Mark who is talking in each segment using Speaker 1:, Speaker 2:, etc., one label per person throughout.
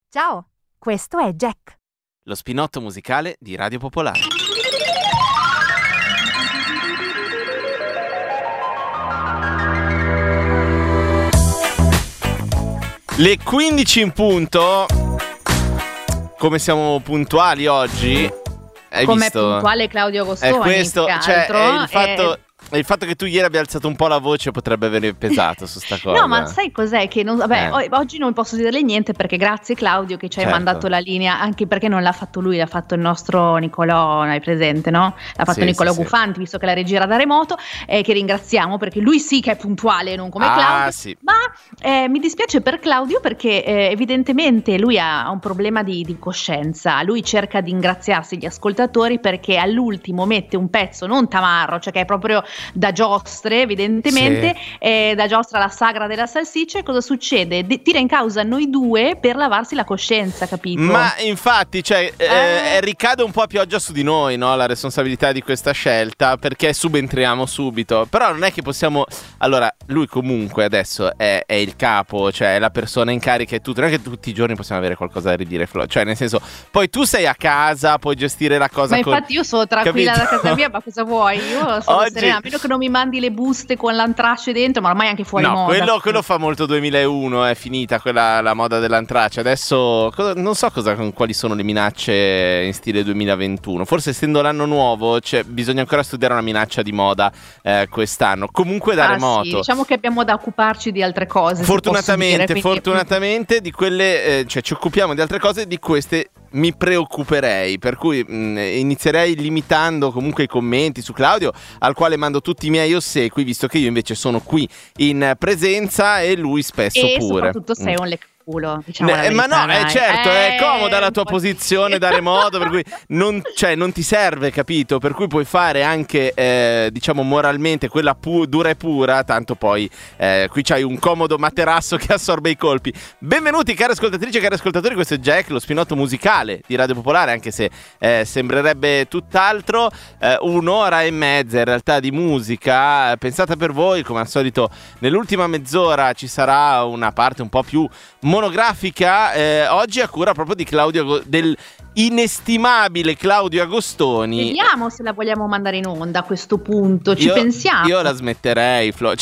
Speaker 1: Ciao, questo è Jack,
Speaker 2: lo spinotto musicale di Radio Popolare. Le 15 in punto. Come siamo puntuali oggi? Hai
Speaker 3: come
Speaker 2: visto?
Speaker 3: puntuale Claudio Agostoni.
Speaker 2: È questo,
Speaker 3: cioè,
Speaker 2: il fatto che tu ieri abbia alzato un po' la voce potrebbe aver pesato su sta cosa.
Speaker 3: No, ma sai cos'è? Che oggi non posso dirle niente perché grazie Claudio che ci hai mandato la linea, anche perché non l'ha fatto lui, l'ha fatto il nostro Nicolò, hai presente, no? L'ha fatto Nicolò Gufanti, visto che la regia era da remoto, che ringraziamo perché lui sì che è puntuale, non come Claudio.
Speaker 2: Sì.
Speaker 3: Ma mi dispiace per Claudio perché evidentemente lui ha un problema di coscienza. Lui cerca di ingraziarsi gli ascoltatori perché all'ultimo mette un pezzo non tamarro, cioè che è proprio da giostre, evidentemente, da giostra la sagra della salsiccia. E cosa succede? Tira in causa noi due per lavarsi la coscienza, capito?
Speaker 2: Ma infatti, ricade un po' a pioggia su di noi, no? La responsabilità di questa scelta, perché subentriamo subito. Però non è che possiamo. Allora, lui comunque adesso è il capo, cioè è la persona in carica e tutto. Non è che tutti i giorni possiamo avere qualcosa da ridire, Flo. Cioè, nel senso, poi tu sei a casa, puoi gestire la cosa.
Speaker 3: Ma infatti io sono tranquilla da casa mia, ma cosa vuoi? Io sono serena, a meno che non mi mandi le buste con l'antrace dentro, ma ormai anche fuori moda.
Speaker 2: No, quello fa molto 2001, è finita quella la moda dell'antrace. Adesso non so quali sono le minacce in stile 2021. Forse essendo l'anno nuovo, bisogna ancora studiare una minaccia di moda quest'anno. Comunque da remoto.
Speaker 3: Sì, diciamo che abbiamo da occuparci di altre cose.
Speaker 2: Fortunatamente di quelle, ci occupiamo di altre cose, di queste mi preoccuperei, per cui inizierei limitando comunque i commenti su Claudio, al quale mando tutti i miei ossequi, visto che io invece sono qui in presenza e lui spesso pure.
Speaker 3: E soprattutto sei un lecculo, diciamo la
Speaker 2: ma
Speaker 3: verità,
Speaker 2: no, certo, è comoda la tua posizione da remoto, per cui non ti serve, capito? Per cui puoi fare anche, diciamo, moralmente quella dura e pura, tanto poi qui c'hai un comodo materasso che assorbe i colpi. Benvenuti cari ascoltatrici e cari ascoltatori, questo è Jack, lo spinotto musicale di Radio Popolare, anche se sembrerebbe tutt'altro. Un'ora e mezza in realtà di musica pensata per voi. Come al solito nell'ultima mezz'ora ci sarà una parte un po' più monografica, oggi a cura proprio di del inestimabile Claudio Agostoni.
Speaker 3: Vediamo se la vogliamo mandare in onda a questo punto, pensiamo.
Speaker 2: Io la smetterei, Flo.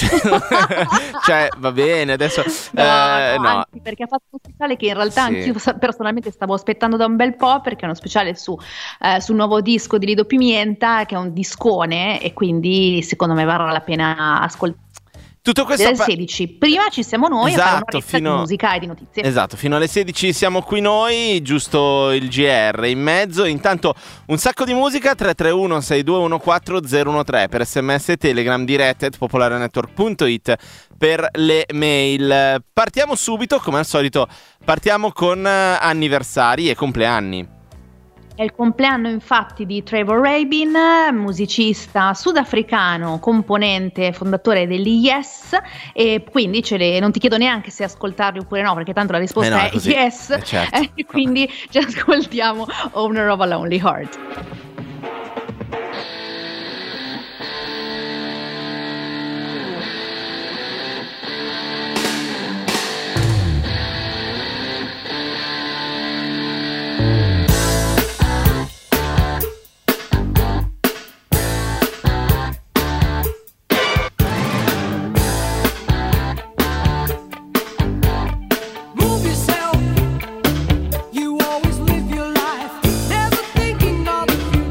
Speaker 2: Cioè va bene, adesso
Speaker 3: no. Anzi, perché ha fatto uno speciale che in realtà anch'io personalmente stavo aspettando da un bel po', perché è uno speciale sul nuovo disco di Lido Pimienta, che è un discone, e quindi secondo me varrà la pena ascoltare.
Speaker 2: Tutto questo
Speaker 3: alle 16. Prima ci siamo noi a fare un'oretta di musica e di notizie.
Speaker 2: Esatto, fino alle 16 siamo qui noi, giusto il GR in mezzo. Intanto un sacco di musica. 331-6214-013 per SMS e Telegram, diretta@popolarenetwork.it per le mail. Partiamo subito, come al solito, partiamo con anniversari e compleanni.
Speaker 3: È il compleanno infatti di Trevor Rabin, musicista sudafricano, componente, fondatore degli Yes, e quindi non ti chiedo neanche se ascoltarli oppure no, perché tanto la risposta è così. Yes,
Speaker 2: certo.
Speaker 3: Quindi ci ascoltiamo Owner of a Lonely Heart.
Speaker 4: You always live your life, never thinking of the future.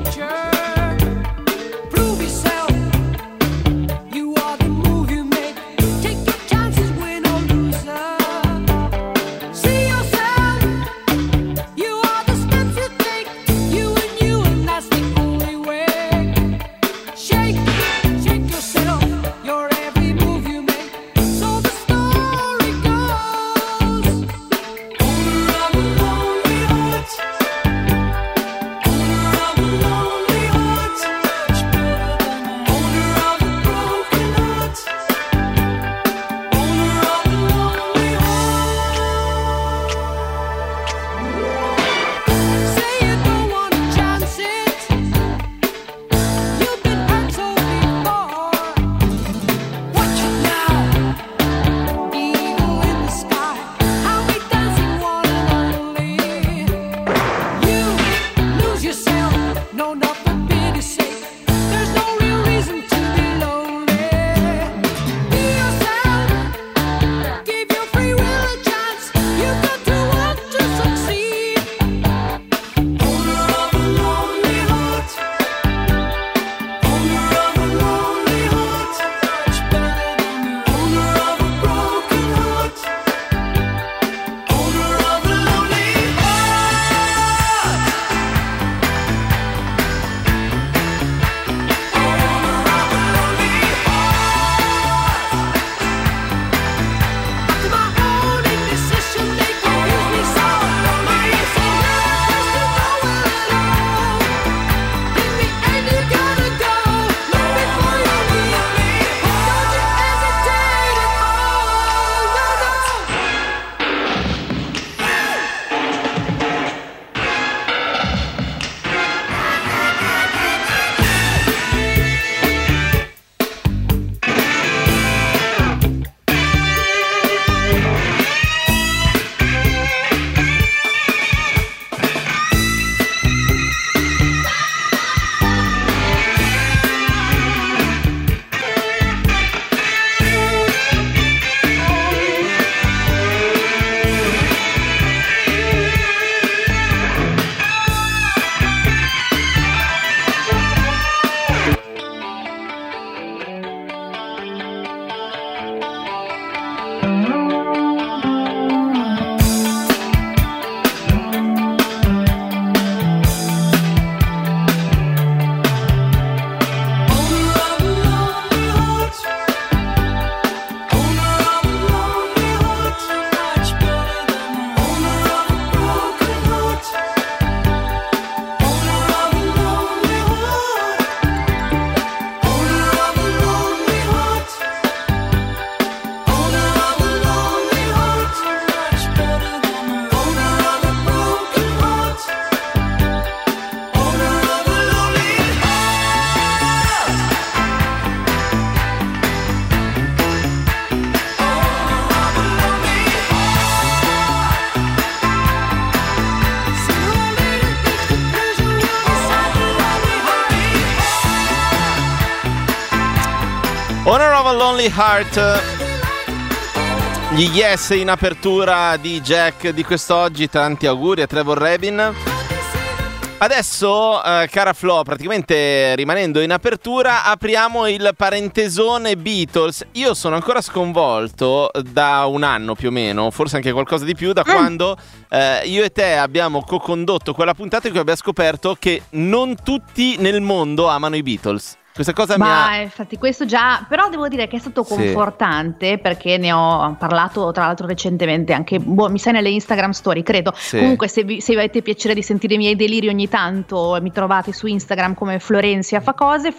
Speaker 2: Honor of a Lonely Heart, gli Yes in apertura di Jack di quest'oggi. Tanti auguri a Trevor Rabin. Adesso, cara Flo, praticamente rimanendo in apertura, apriamo il parentesone Beatles. Io sono ancora sconvolto da un anno più o meno, forse anche qualcosa di più, da quando io e te abbiamo co-condotto quella puntata in cui abbiamo scoperto che non tutti nel mondo amano i Beatles. Questa cosa
Speaker 3: infatti questo già, però devo dire che è stato confortante, perché ne ho parlato tra l'altro recentemente anche, mi sai, nelle Instagram story, credo. Comunque se avete piacere di sentire i miei deliri ogni tanto, mi trovate su Instagram come Florencia fa cose,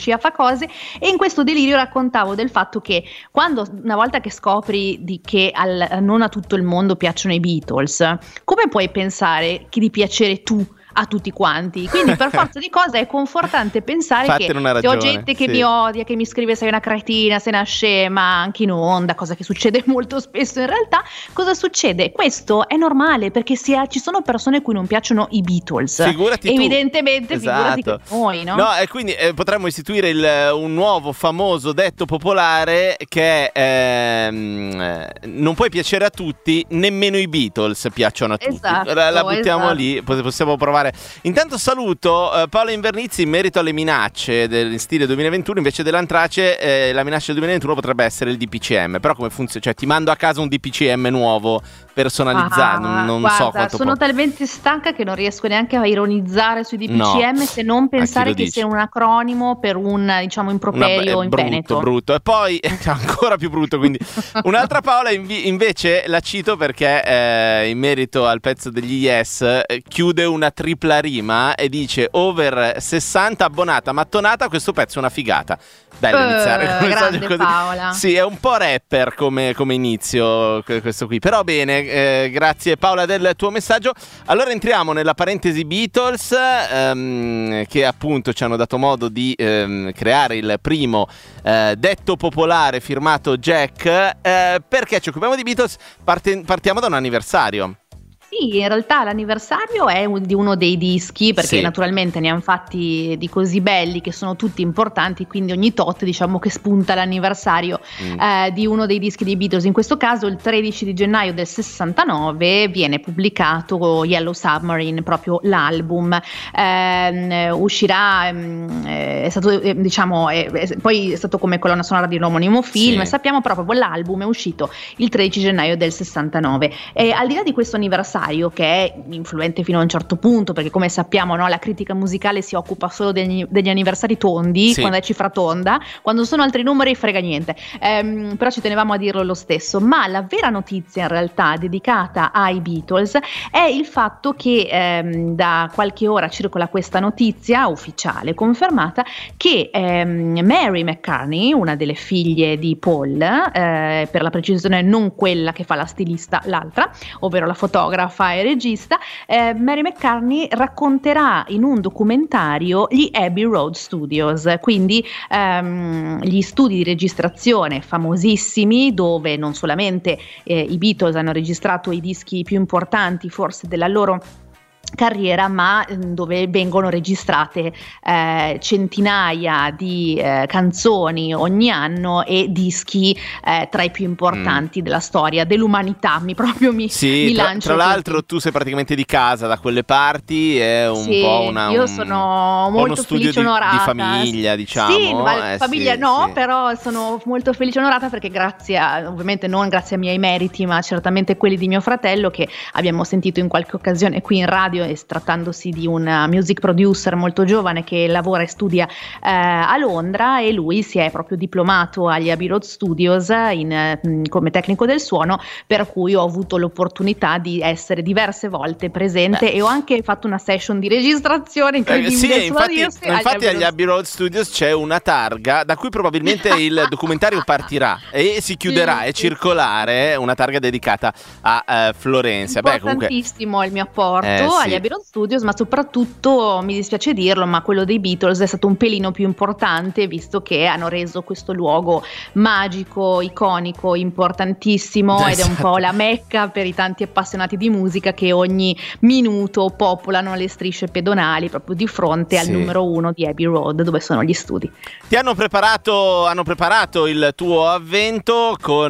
Speaker 3: e in questo delirio raccontavo del fatto che una volta che scopri che non a tutto il mondo piacciono i Beatles, come puoi pensare di piacere tu a tutti quanti? Quindi per forza di cose è confortante pensare che se ho gente che mi odia, che mi scrive sei una cretina, sei una scema, anche in onda, cosa che succede molto spesso in realtà, cosa succede? Questo è normale, perché ci sono persone a cui non piacciono i Beatles,
Speaker 2: figurati
Speaker 3: evidentemente tu. Figurati che noi, no?
Speaker 2: No, e quindi potremmo istituire un nuovo famoso detto popolare che è non puoi piacere a tutti, nemmeno i Beatles piacciono a tutti.
Speaker 3: Esatto,
Speaker 2: la buttiamo lì, possiamo provare. Intanto saluto Paolo Invernizzi in merito alle minacce del stile 2021. Invece dell'Antrace, la minaccia del 2021 potrebbe essere il DPCM. Però come funziona? Cioè ti mando a casa un DPCM nuovo, personalizzato, non
Speaker 3: guarda,
Speaker 2: so quanto
Speaker 3: sono talmente stanca che non riesco neanche a ironizzare sui DPCM, se non pensare che sia un acronimo per un, diciamo, improperio in Veneto.
Speaker 2: Brutto. E poi ancora più brutto, quindi un'altra Paola invece la cito perché in merito al pezzo degli Yes chiude una tripla rima e dice: over 60 abbonata mattonata, questo pezzo è una figata. Bello iniziare
Speaker 3: grande così. Paola.
Speaker 2: Sì, è un po' rapper come inizio questo qui, però bene, grazie Paola del tuo messaggio. Allora entriamo nella parentesi Beatles, che appunto ci hanno dato modo di creare il primo detto popolare firmato Jack. Perché ci occupiamo di Beatles? Partiamo da un anniversario.
Speaker 3: Sì, in realtà l'anniversario è di uno dei dischi, perché naturalmente ne hanno fatti di così belli che sono tutti importanti, quindi ogni tot diciamo che spunta l'anniversario di uno dei dischi dei Beatles. In questo caso il 13 di gennaio del 69 viene pubblicato Yellow Submarine, proprio l'album. Uscirà, è stato poi è stato come colonna sonora di un omonimo film, sappiamo proprio l'album è uscito il 13 gennaio del 69. Al di là di questo anniversario, che è influente fino a un certo punto, perché come sappiamo, no, la critica musicale si occupa solo degli anniversari tondi, quando è cifra tonda, quando sono altri numeri frega niente, però ci tenevamo a dirlo lo stesso. Ma la vera notizia in realtà dedicata ai Beatles è il fatto che da qualche ora circola questa notizia ufficiale confermata che Mary McCartney, una delle figlie di Paul, per la precisione non quella che fa la stilista, l'altra, ovvero la fotografa e regista, Mary McCartney racconterà in un documentario gli Abbey Road Studios, quindi gli studi di registrazione famosissimi dove non solamente i Beatles hanno registrato i dischi più importanti forse della loro carriera, ma dove vengono registrate centinaia di canzoni ogni anno e dischi tra i più importanti della storia dell'umanità. Mi lancio. Tra
Speaker 2: l'altro tu sei praticamente di casa da quelle parti, è un po'
Speaker 3: io sono molto felice, onorata
Speaker 2: di famiglia, diciamo.
Speaker 3: Famiglia però sono molto felice e onorata perché ovviamente non grazie ai miei meriti, ma certamente quelli di mio fratello, che abbiamo sentito in qualche occasione qui in radio, trattandosi di un music producer molto giovane che lavora e studia a Londra, e lui si è proprio diplomato agli Abbey Road Studios come tecnico del suono, per cui ho avuto l'opportunità di essere diverse volte presente e ho anche fatto una session di registrazione incredibile.
Speaker 2: Infatti agli Abbey Road Studios c'è una targa da cui probabilmente il documentario partirà e si chiuderà, è circolare una targa dedicata a Florencia.
Speaker 3: Importantissimo il mio apporto gli Abbey Road Studios, ma soprattutto, mi dispiace dirlo, ma quello dei Beatles è stato un pelino più importante, visto che hanno reso questo luogo magico, iconico, importantissimo, ed è un po' la mecca per i tanti appassionati di musica che ogni minuto popolano le strisce pedonali proprio di fronte al numero 1 di Abbey Road, dove sono gli studi.
Speaker 2: Ti hanno preparato il tuo avvento con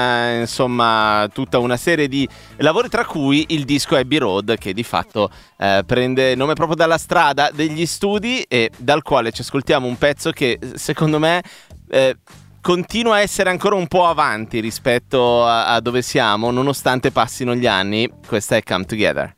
Speaker 2: insomma tutta una serie di lavori, tra cui il disco Abbey Road, che di fatto prende nome proprio dalla strada degli studi e dal quale ci ascoltiamo un pezzo che secondo me continua a essere ancora un po' avanti rispetto a dove siamo, nonostante passino gli anni. Questa è Come Together.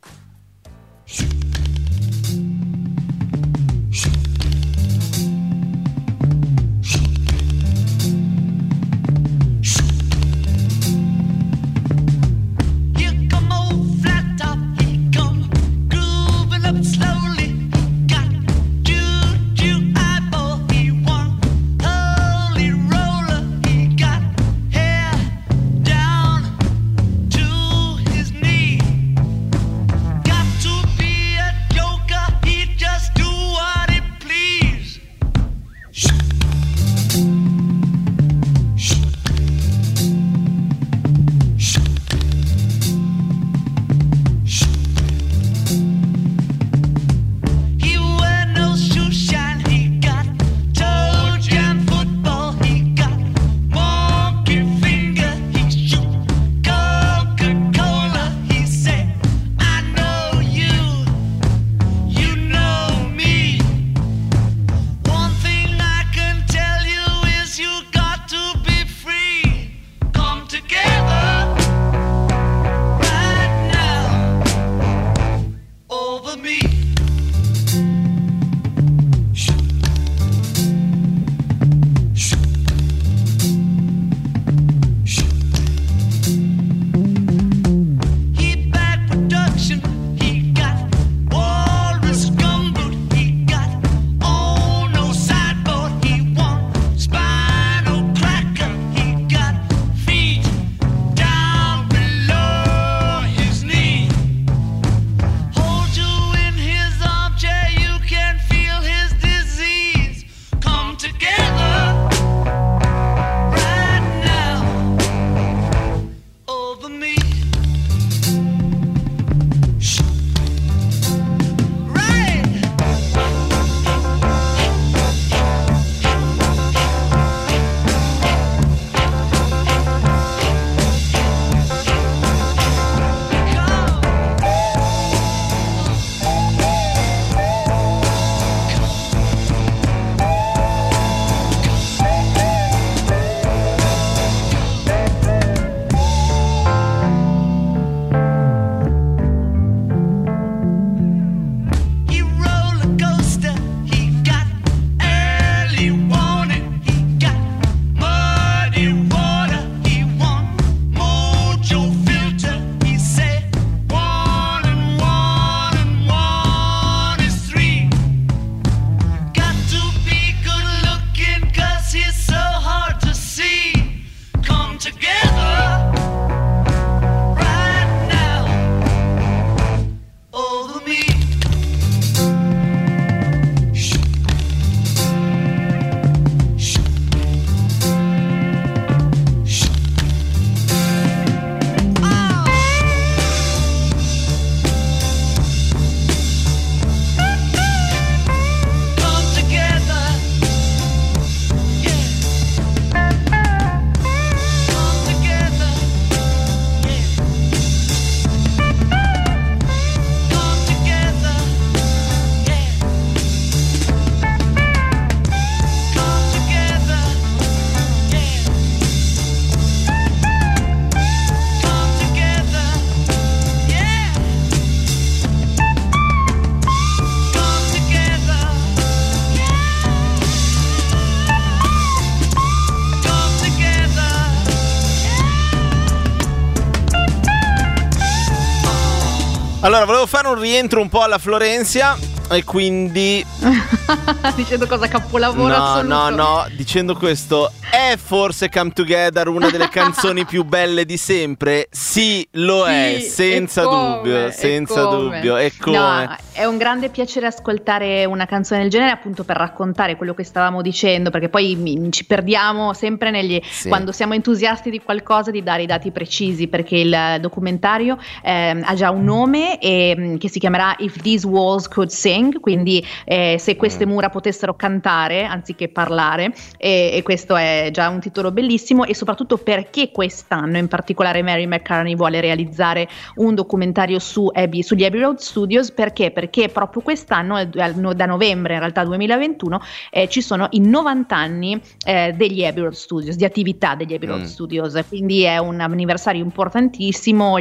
Speaker 2: Allora, volevo fare un rientro un po' alla Florencia. E quindi
Speaker 3: dicendo cosa capolavoro assoluto.
Speaker 2: No, dicendo questo, è forse Come Together una delle canzoni più belle di sempre? Sì, lo è, senza dubbio. E come?
Speaker 3: No, è un grande piacere ascoltare una canzone del genere, appunto per raccontare quello che stavamo dicendo, perché poi ci perdiamo sempre quando siamo entusiasti di qualcosa, di dare i dati precisi, perché il documentario ha già un nome che si chiamerà If These Walls Could Sing, quindi se queste mura potessero cantare anziché parlare, e questo è già un titolo bellissimo, e soprattutto perché quest'anno in particolare Mary McCartney vuole realizzare un documentario sugli Abbey Road Studios. Perché proprio quest'anno, da novembre in realtà 2021, ci sono i 90 anni degli Abbey Road Studios, di attività degli Abbey Road Studios, quindi è un anniversario importantissimo.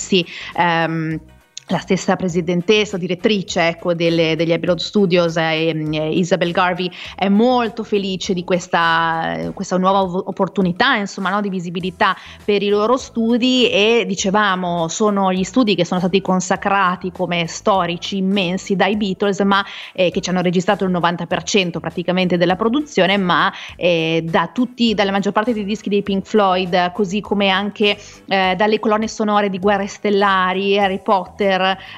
Speaker 3: La stessa presidentessa, direttrice degli Abbey Road Studios, Isabel Garvey, è molto felice di questa nuova opportunità, insomma, no, di visibilità per i loro studi, e dicevamo sono gli studi che sono stati consacrati come storici immensi dai Beatles, ma che ci hanno registrato il 90% praticamente della produzione, ma dalla maggior parte dei dischi dei Pink Floyd, così come anche dalle colonne sonore di Guerre Stellari, Harry Potter,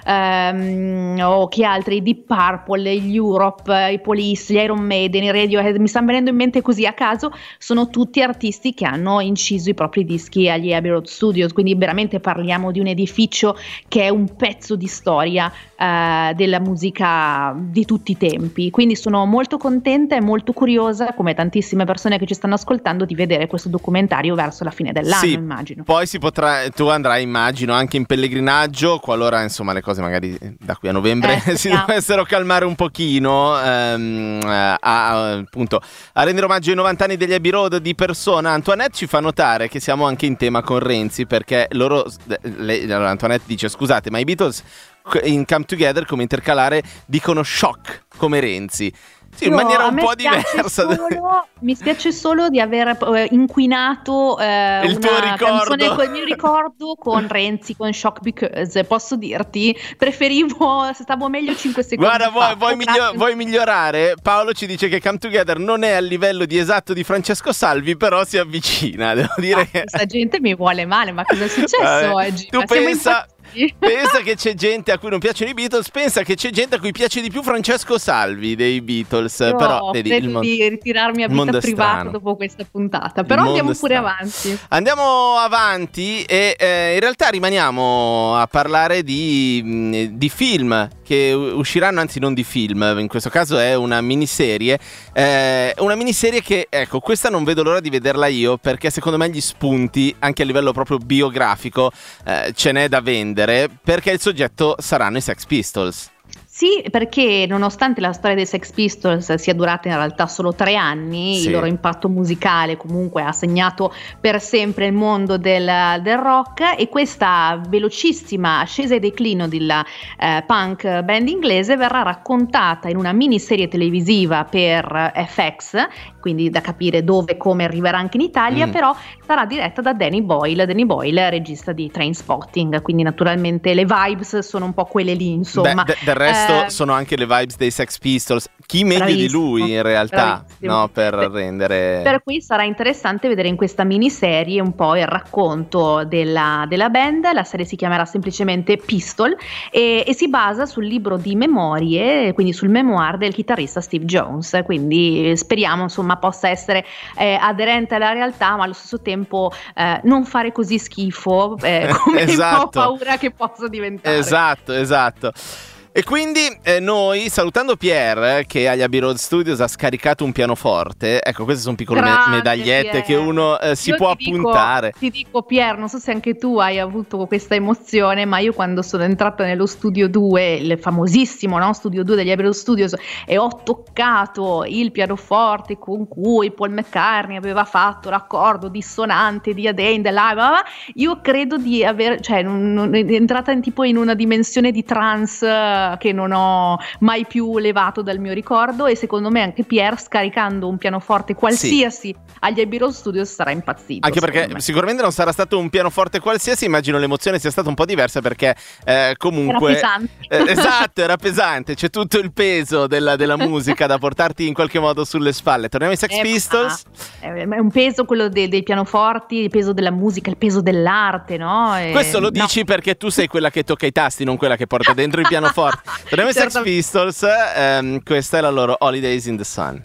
Speaker 3: o che altri, Deep Purple, gli Europe, i Police, gli Iron Maiden, i Radiohead, mi stanno venendo in mente così a caso, sono tutti artisti che hanno inciso i propri dischi agli Abbey Road Studios, quindi veramente parliamo di un edificio che è un pezzo di storia della musica di tutti i tempi. Quindi sono molto contenta e molto curiosa, come tantissime persone che ci stanno ascoltando, di vedere questo documentario verso la fine dell'anno, immagino.
Speaker 2: Poi tu andrai, immagino, anche in pellegrinaggio, qualora insomma le cose magari da qui a novembre si dovessero calmare un pochino, appunto a rendere omaggio ai 90 anni degli Abbey Road di persona. Antoinette ci fa notare che siamo anche in tema con Renzi, perché Antoinette dice: scusate, ma i Beatles in Come Together, come intercalare, dicono shock come Renzi. Sì, in maniera un po' diversa.
Speaker 3: Mi spiace solo di aver inquinato
Speaker 2: il tuo
Speaker 3: canzone con il mio ricordo con Renzi, con Shock Because. Posso dirti, stavo meglio 5 secondi.
Speaker 2: Guarda, vuoi migliorare? Paolo ci dice che Come Together non è al livello di esatto di Francesco Salvi, però si avvicina. Devo dire che
Speaker 3: questa gente mi vuole male, ma cosa è successo oggi?
Speaker 2: Tu pensa che c'è gente a cui non piacciono i Beatles, pensa che c'è gente a cui piace di più Francesco Salvi dei Beatles. Però
Speaker 3: credo di ritirarmi a vita privata dopo questa puntata. Però andiamo pure avanti.
Speaker 2: Andiamo avanti e in realtà rimaniamo a parlare di film che usciranno, anzi non di film, in questo caso è una miniserie. Una miniserie che, ecco, questa non vedo l'ora di vederla io, perché secondo me gli spunti, anche a livello proprio biografico, ce n'è da vendere, perché il soggetto saranno i Sex Pistols.
Speaker 3: Sì, perché nonostante la storia dei Sex Pistols sia durata in realtà solo 3 anni, il loro impatto musicale comunque ha segnato per sempre il mondo del rock, e questa velocissima ascesa e declino della punk band inglese verrà raccontata in una miniserie televisiva per FX, quindi da capire dove e come arriverà anche in Italia, però sarà diretta da Danny Boyle, regista di Trainspotting, quindi naturalmente le vibes sono un po' quelle lì, insomma.
Speaker 2: Del resto sono anche le vibes dei Sex Pistols, chi meglio di lui in realtà, no, per rendere. Per
Speaker 3: cui sarà interessante vedere in questa miniserie un po' il racconto della band. La serie si chiamerà semplicemente Pistol e si basa sul libro di memorie, quindi sul memoir del chitarrista Steve Jones, quindi speriamo insomma possa essere aderente alla realtà, ma allo stesso tempo non fare così schifo come ho paura che possa diventare.
Speaker 2: Esatto. E quindi noi, salutando Pierre, che agli Abbey Road Studios ha scaricato un pianoforte, ecco, queste sono piccole medagliette che uno si può appuntare.
Speaker 3: Ti dico Pierre, non so se anche tu hai avuto questa emozione, ma io quando sono entrata nello Studio 2, il famosissimo, no, Studio 2 degli Abbey Road Studios, e ho toccato il pianoforte con cui Paul McCartney aveva fatto l'accordo dissonante di A Day in the Life, io credo di aver, cioè, entrata in una dimensione di trance che non ho mai più levato dal mio ricordo, e secondo me anche Pierre, scaricando un pianoforte qualsiasi agli Abbey Road Studios, sarà impazzito.
Speaker 2: Anche perché sicuramente non sarà stato un pianoforte qualsiasi, immagino l'emozione sia stata un po' diversa perché comunque
Speaker 3: era pesante.
Speaker 2: Esatto, era pesante, c'è tutto il peso della musica da portarti in qualche modo sulle spalle. Torniamo ai Sex Pistols.
Speaker 3: È un peso quello dei pianoforti, il peso della musica, il peso dell'arte, no?
Speaker 2: Questo lo dici perché tu sei quella che tocca i tasti, non quella che porta dentro il pianoforte. Torniamo ai Sex Pistols, questa è la loro Holidays in the Sun.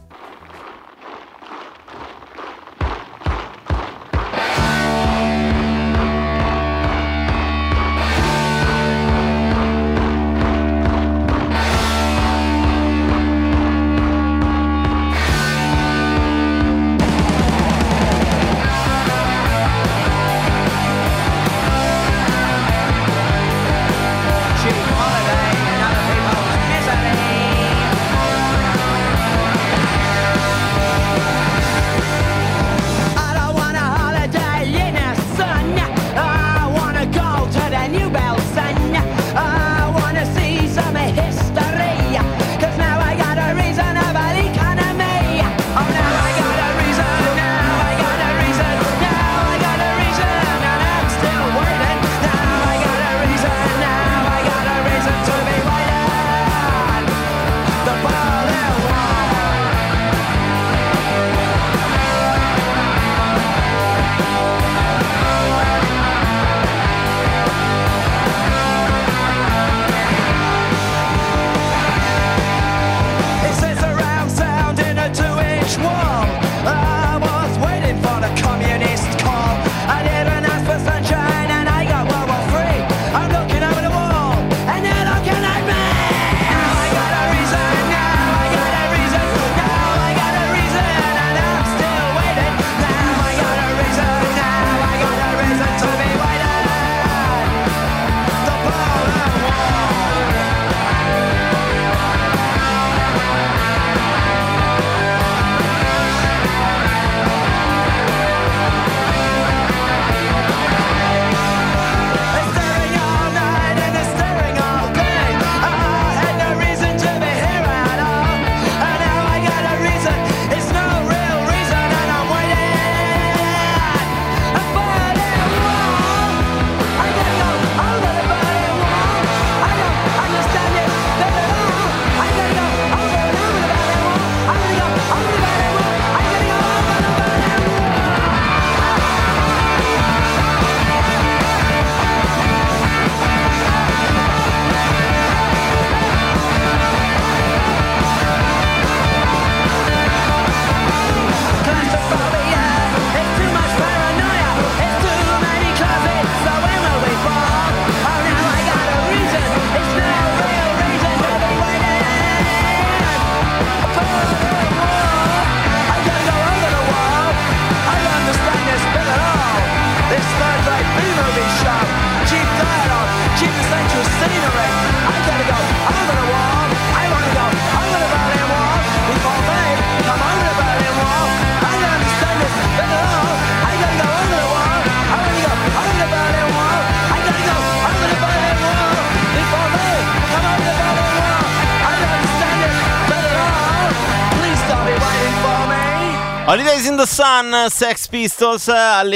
Speaker 2: Holidays in the Sun, Sex Pistols, alle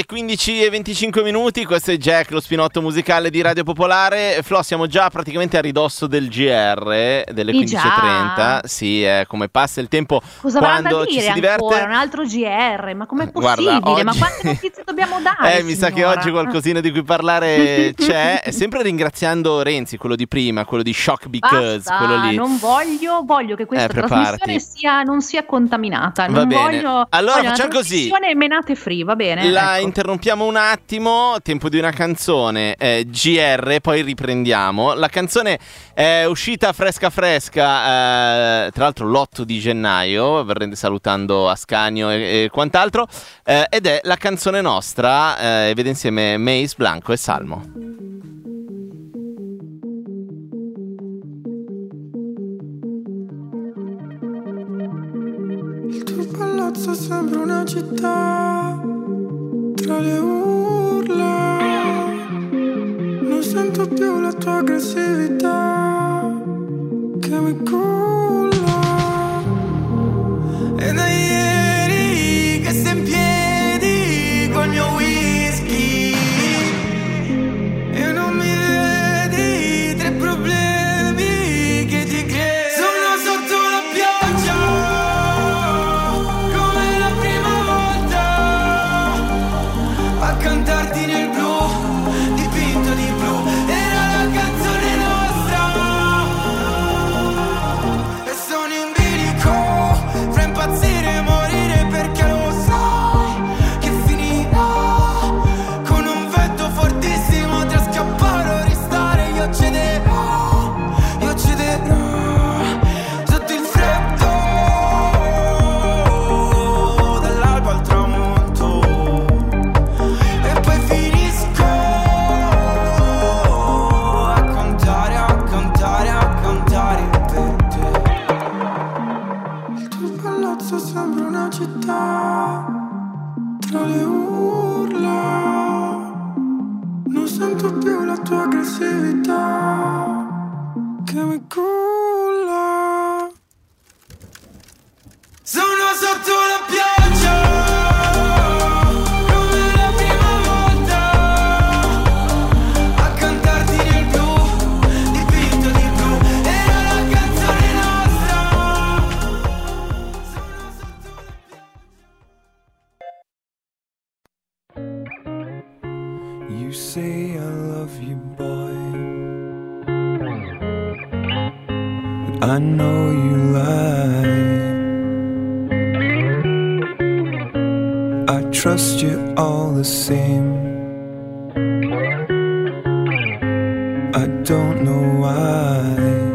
Speaker 2: 15:25. Questo è Jack, lo spinotto musicale di Radio Popolare. Flo, siamo già praticamente a ridosso del GR delle 15:30. Sì, come passa il tempo.
Speaker 3: Cosa
Speaker 2: quando ci si diverte.
Speaker 3: Ancora? Un altro GR, ma com'è possibile?
Speaker 2: Guarda, oggi...
Speaker 3: Ma quante notizie dobbiamo dare?
Speaker 2: Mi sa che oggi qualcosina di cui parlare c'è. Sempre ringraziando Renzi, quello di prima, quello di Shock Because.
Speaker 3: Basta,
Speaker 2: quello lì.
Speaker 3: Non voglio che questa trasmissione non sia contaminata. Non voglio.
Speaker 2: Allora facciamo così.
Speaker 3: Menate free, va bene.
Speaker 2: La interrompiamo un attimo. Tempo di una canzone. GR, poi riprendiamo. La canzone è uscita fresca. Tra l'altro l'8 di gennaio. Verrete salutando Ascanio e quant'altro. Ed è la canzone nostra. Vede insieme Mace, Blanco e Salmo.
Speaker 4: Il tuo palazzo sembra una città tra le urla, non sento più la tua aggressività. che mi culla. E da ieri che sei in piedi col mio whisky e non mi vedi, 3 problemi che ti crei. Sono sotto la pioggia come la prima volta, a cantarti nel blu, dipinto di blu, era la canzone nostra. E sono in bilico fra impazzire e morire, perché lo sai che finirà con un vento fortissimo tra scappare o restare. Io cederò sotto il freddo dall'alba al tramonto, e poi finisco a cantare per te. Il tuo palazzo sembra una città tra le urla, non sento più la tua aggressività che mi culla. Sono sotto la pioggia come la prima volta, a cantarti nel blu, dipinto di blu, era la canzone nostra. Sono sotto la pioggia. You say I love you, boy, but I know you lie. I trust you all the same. I don't know why.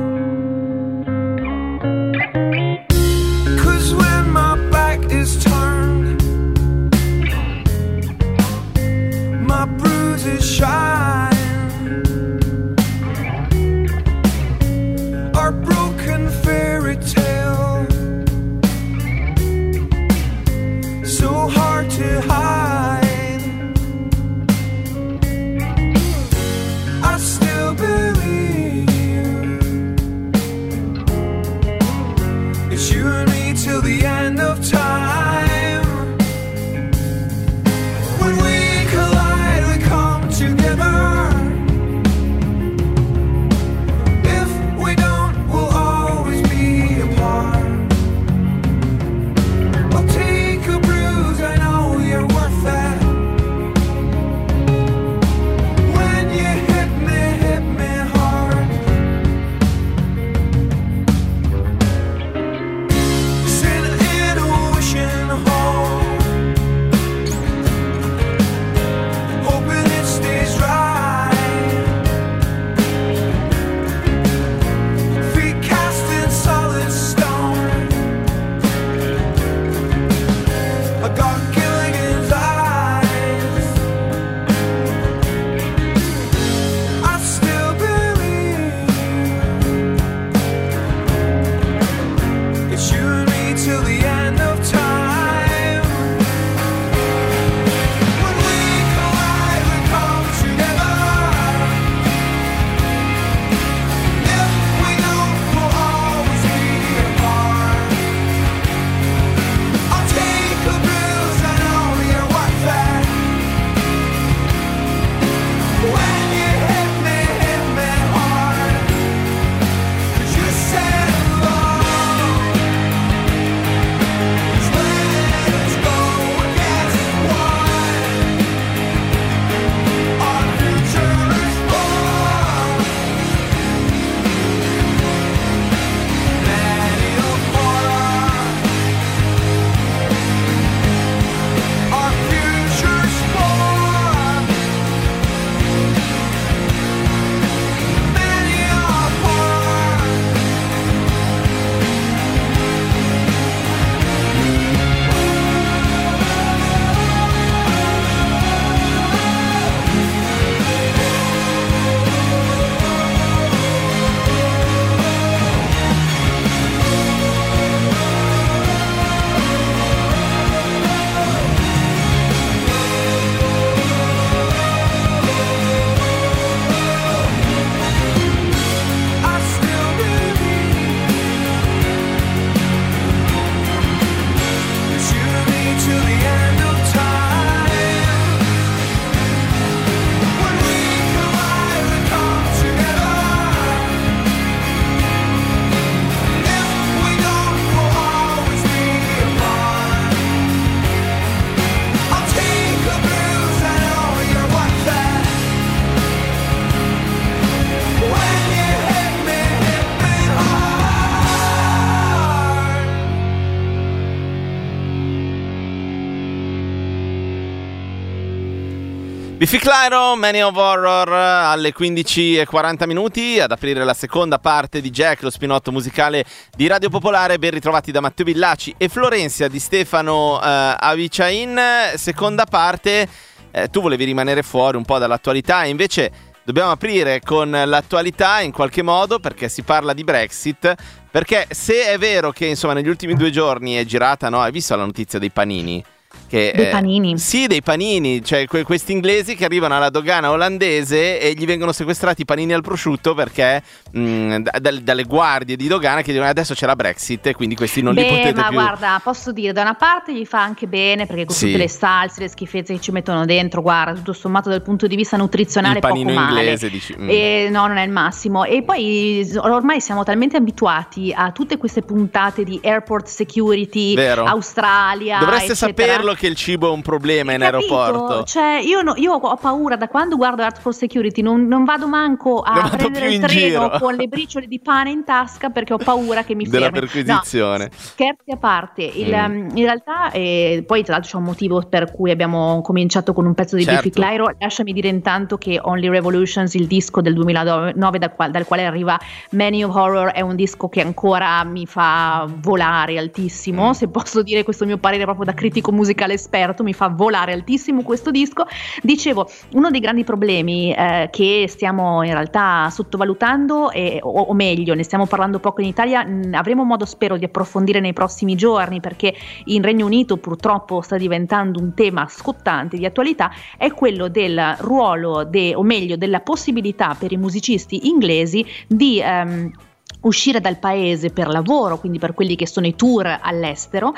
Speaker 4: 'Cause when my back is turned, my bruises shine. Our broken fairy tale, so hard to hide. I still believe
Speaker 2: Biffy Clyro, Many of Horror, alle 15:40 ad aprire la seconda parte di Jack, lo spinotto musicale di Radio Popolare. Ben ritrovati da Matteo Villaci e Florenzia di Stefano Aviciain. Seconda parte, tu volevi rimanere fuori un po' dall'attualità e invece dobbiamo aprire con l'attualità in qualche modo, perché si parla di Brexit. Perché se è vero che insomma negli ultimi 2 giorni è girata, no? Hai visto la notizia dei panini?
Speaker 3: Dei panini?
Speaker 2: Sì, dei panini, cioè questi inglesi che arrivano alla dogana olandese e gli vengono sequestrati i panini al prosciutto perché dalle guardie di dogana che dicono adesso c'è la Brexit e quindi questi non li potete
Speaker 3: ma
Speaker 2: più.
Speaker 3: Guarda, posso dire, da una parte gli fa anche bene perché con tutte le salse, le schifezze che ci mettono dentro, guarda, tutto sommato dal punto di vista nuzionale
Speaker 2: il panino
Speaker 3: poco male.
Speaker 2: Inglese, dici,
Speaker 3: No, non è il massimo. E poi ormai siamo talmente abituati a tutte queste puntate di airport security,
Speaker 2: vero?
Speaker 3: Australia,
Speaker 2: dovreste
Speaker 3: eccetera.
Speaker 2: saperlo che il cibo è un problema in aeroporto.
Speaker 3: Cioè, io ho paura da quando guardo Airport Security, non vado manco a prendere il treno con le briciole di pane in tasca perché ho paura che mi fermi.
Speaker 2: Della perquisizione.
Speaker 3: No, scherzi a parte, in realtà poi tra l'altro c'è un motivo per cui abbiamo cominciato con un pezzo di Biffy Clyro. Lasciami dire intanto che Only Revolutions, il disco del 2009 dal quale arriva Many of Horror, è un disco che ancora mi fa volare altissimo, se posso dire questo mio parere proprio da critico musicale esperto, mi fa volare altissimo questo disco. Dicevo, uno dei grandi problemi che stiamo in realtà sottovalutando o meglio ne stiamo parlando poco in Italia, avremo modo spero di approfondire nei prossimi giorni perché in Regno Unito purtroppo sta diventando un tema scottante di attualità, è quello del ruolo o meglio della possibilità per i musicisti inglesi di uscire dal paese per lavoro, quindi per quelli che sono i tour all'estero,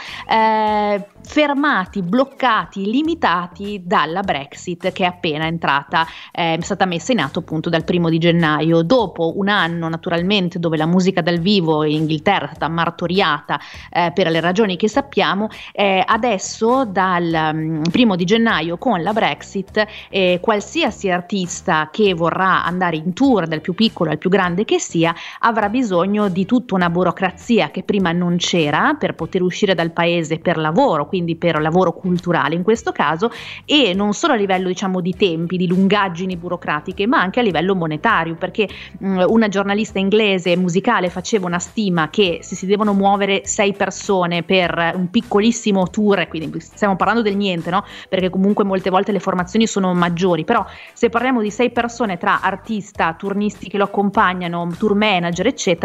Speaker 3: fermati, bloccati, limitati dalla Brexit che è appena entrata, è stata messa in atto appunto dal 1 gennaio, dopo un anno naturalmente dove la musica dal vivo in Inghilterra è stata martoriata per le ragioni che sappiamo. Adesso dal 1 gennaio con la Brexit qualsiasi artista che vorrà andare in tour, dal più piccolo al più grande che sia, avrà bisogno di tutta una burocrazia che prima non c'era per poter uscire dal paese per lavoro, quindi per lavoro culturale in questo caso, e non solo a livello diciamo di tempi, di lungaggini burocratiche, ma anche a livello monetario, perché una giornalista inglese musicale faceva una stima che se si devono muovere 6 persone per un piccolissimo tour, quindi stiamo parlando del niente, no? Perché comunque molte volte le formazioni sono maggiori, però se parliamo di 6 persone tra artista, turnisti che lo accompagnano, tour manager eccetera,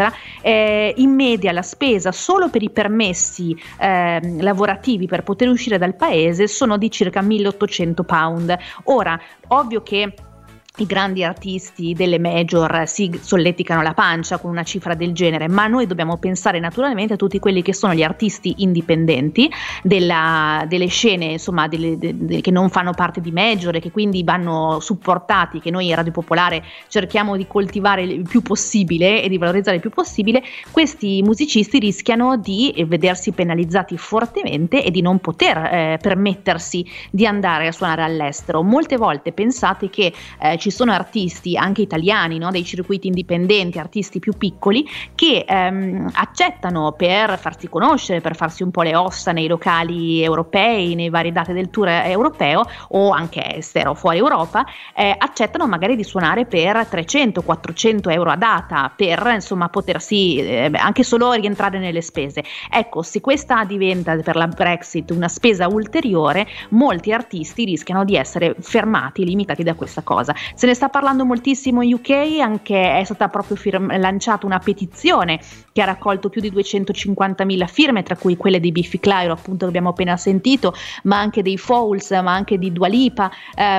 Speaker 3: in media la spesa solo per i permessi lavorativi per poter uscire dal paese sono di circa £1.800. Ora, ovvio che i grandi artisti delle major si solleticano la pancia con una cifra del genere, ma noi dobbiamo pensare naturalmente a tutti quelli che sono gli artisti indipendenti delle scene, insomma, che non fanno parte di major e che quindi vanno supportati, che noi a Radio Popolare cerchiamo di coltivare il più possibile e di valorizzare il più possibile. Questi musicisti rischiano di vedersi penalizzati fortemente e di non poter permettersi di andare a suonare all'estero. Molte volte pensate che ci sono artisti anche italiani, no, dei circuiti indipendenti, artisti più piccoli che accettano per farsi conoscere, per farsi un po' le ossa nei locali europei, nei vari date del tour europeo o anche estero, fuori Europa, accettano magari di suonare per 300-400 euro a data per insomma potersi anche solo rientrare nelle spese. Ecco, se questa diventa per la Brexit una spesa ulteriore, molti artisti rischiano di essere fermati, limitati da questa cosa. Se ne sta parlando moltissimo in UK, anche è stata proprio lanciata una petizione che ha raccolto più di 250.000 firme, tra cui quelle di Biffy Clyro, appunto, che abbiamo appena sentito, ma anche dei Fouls, ma anche di Dua Lipa,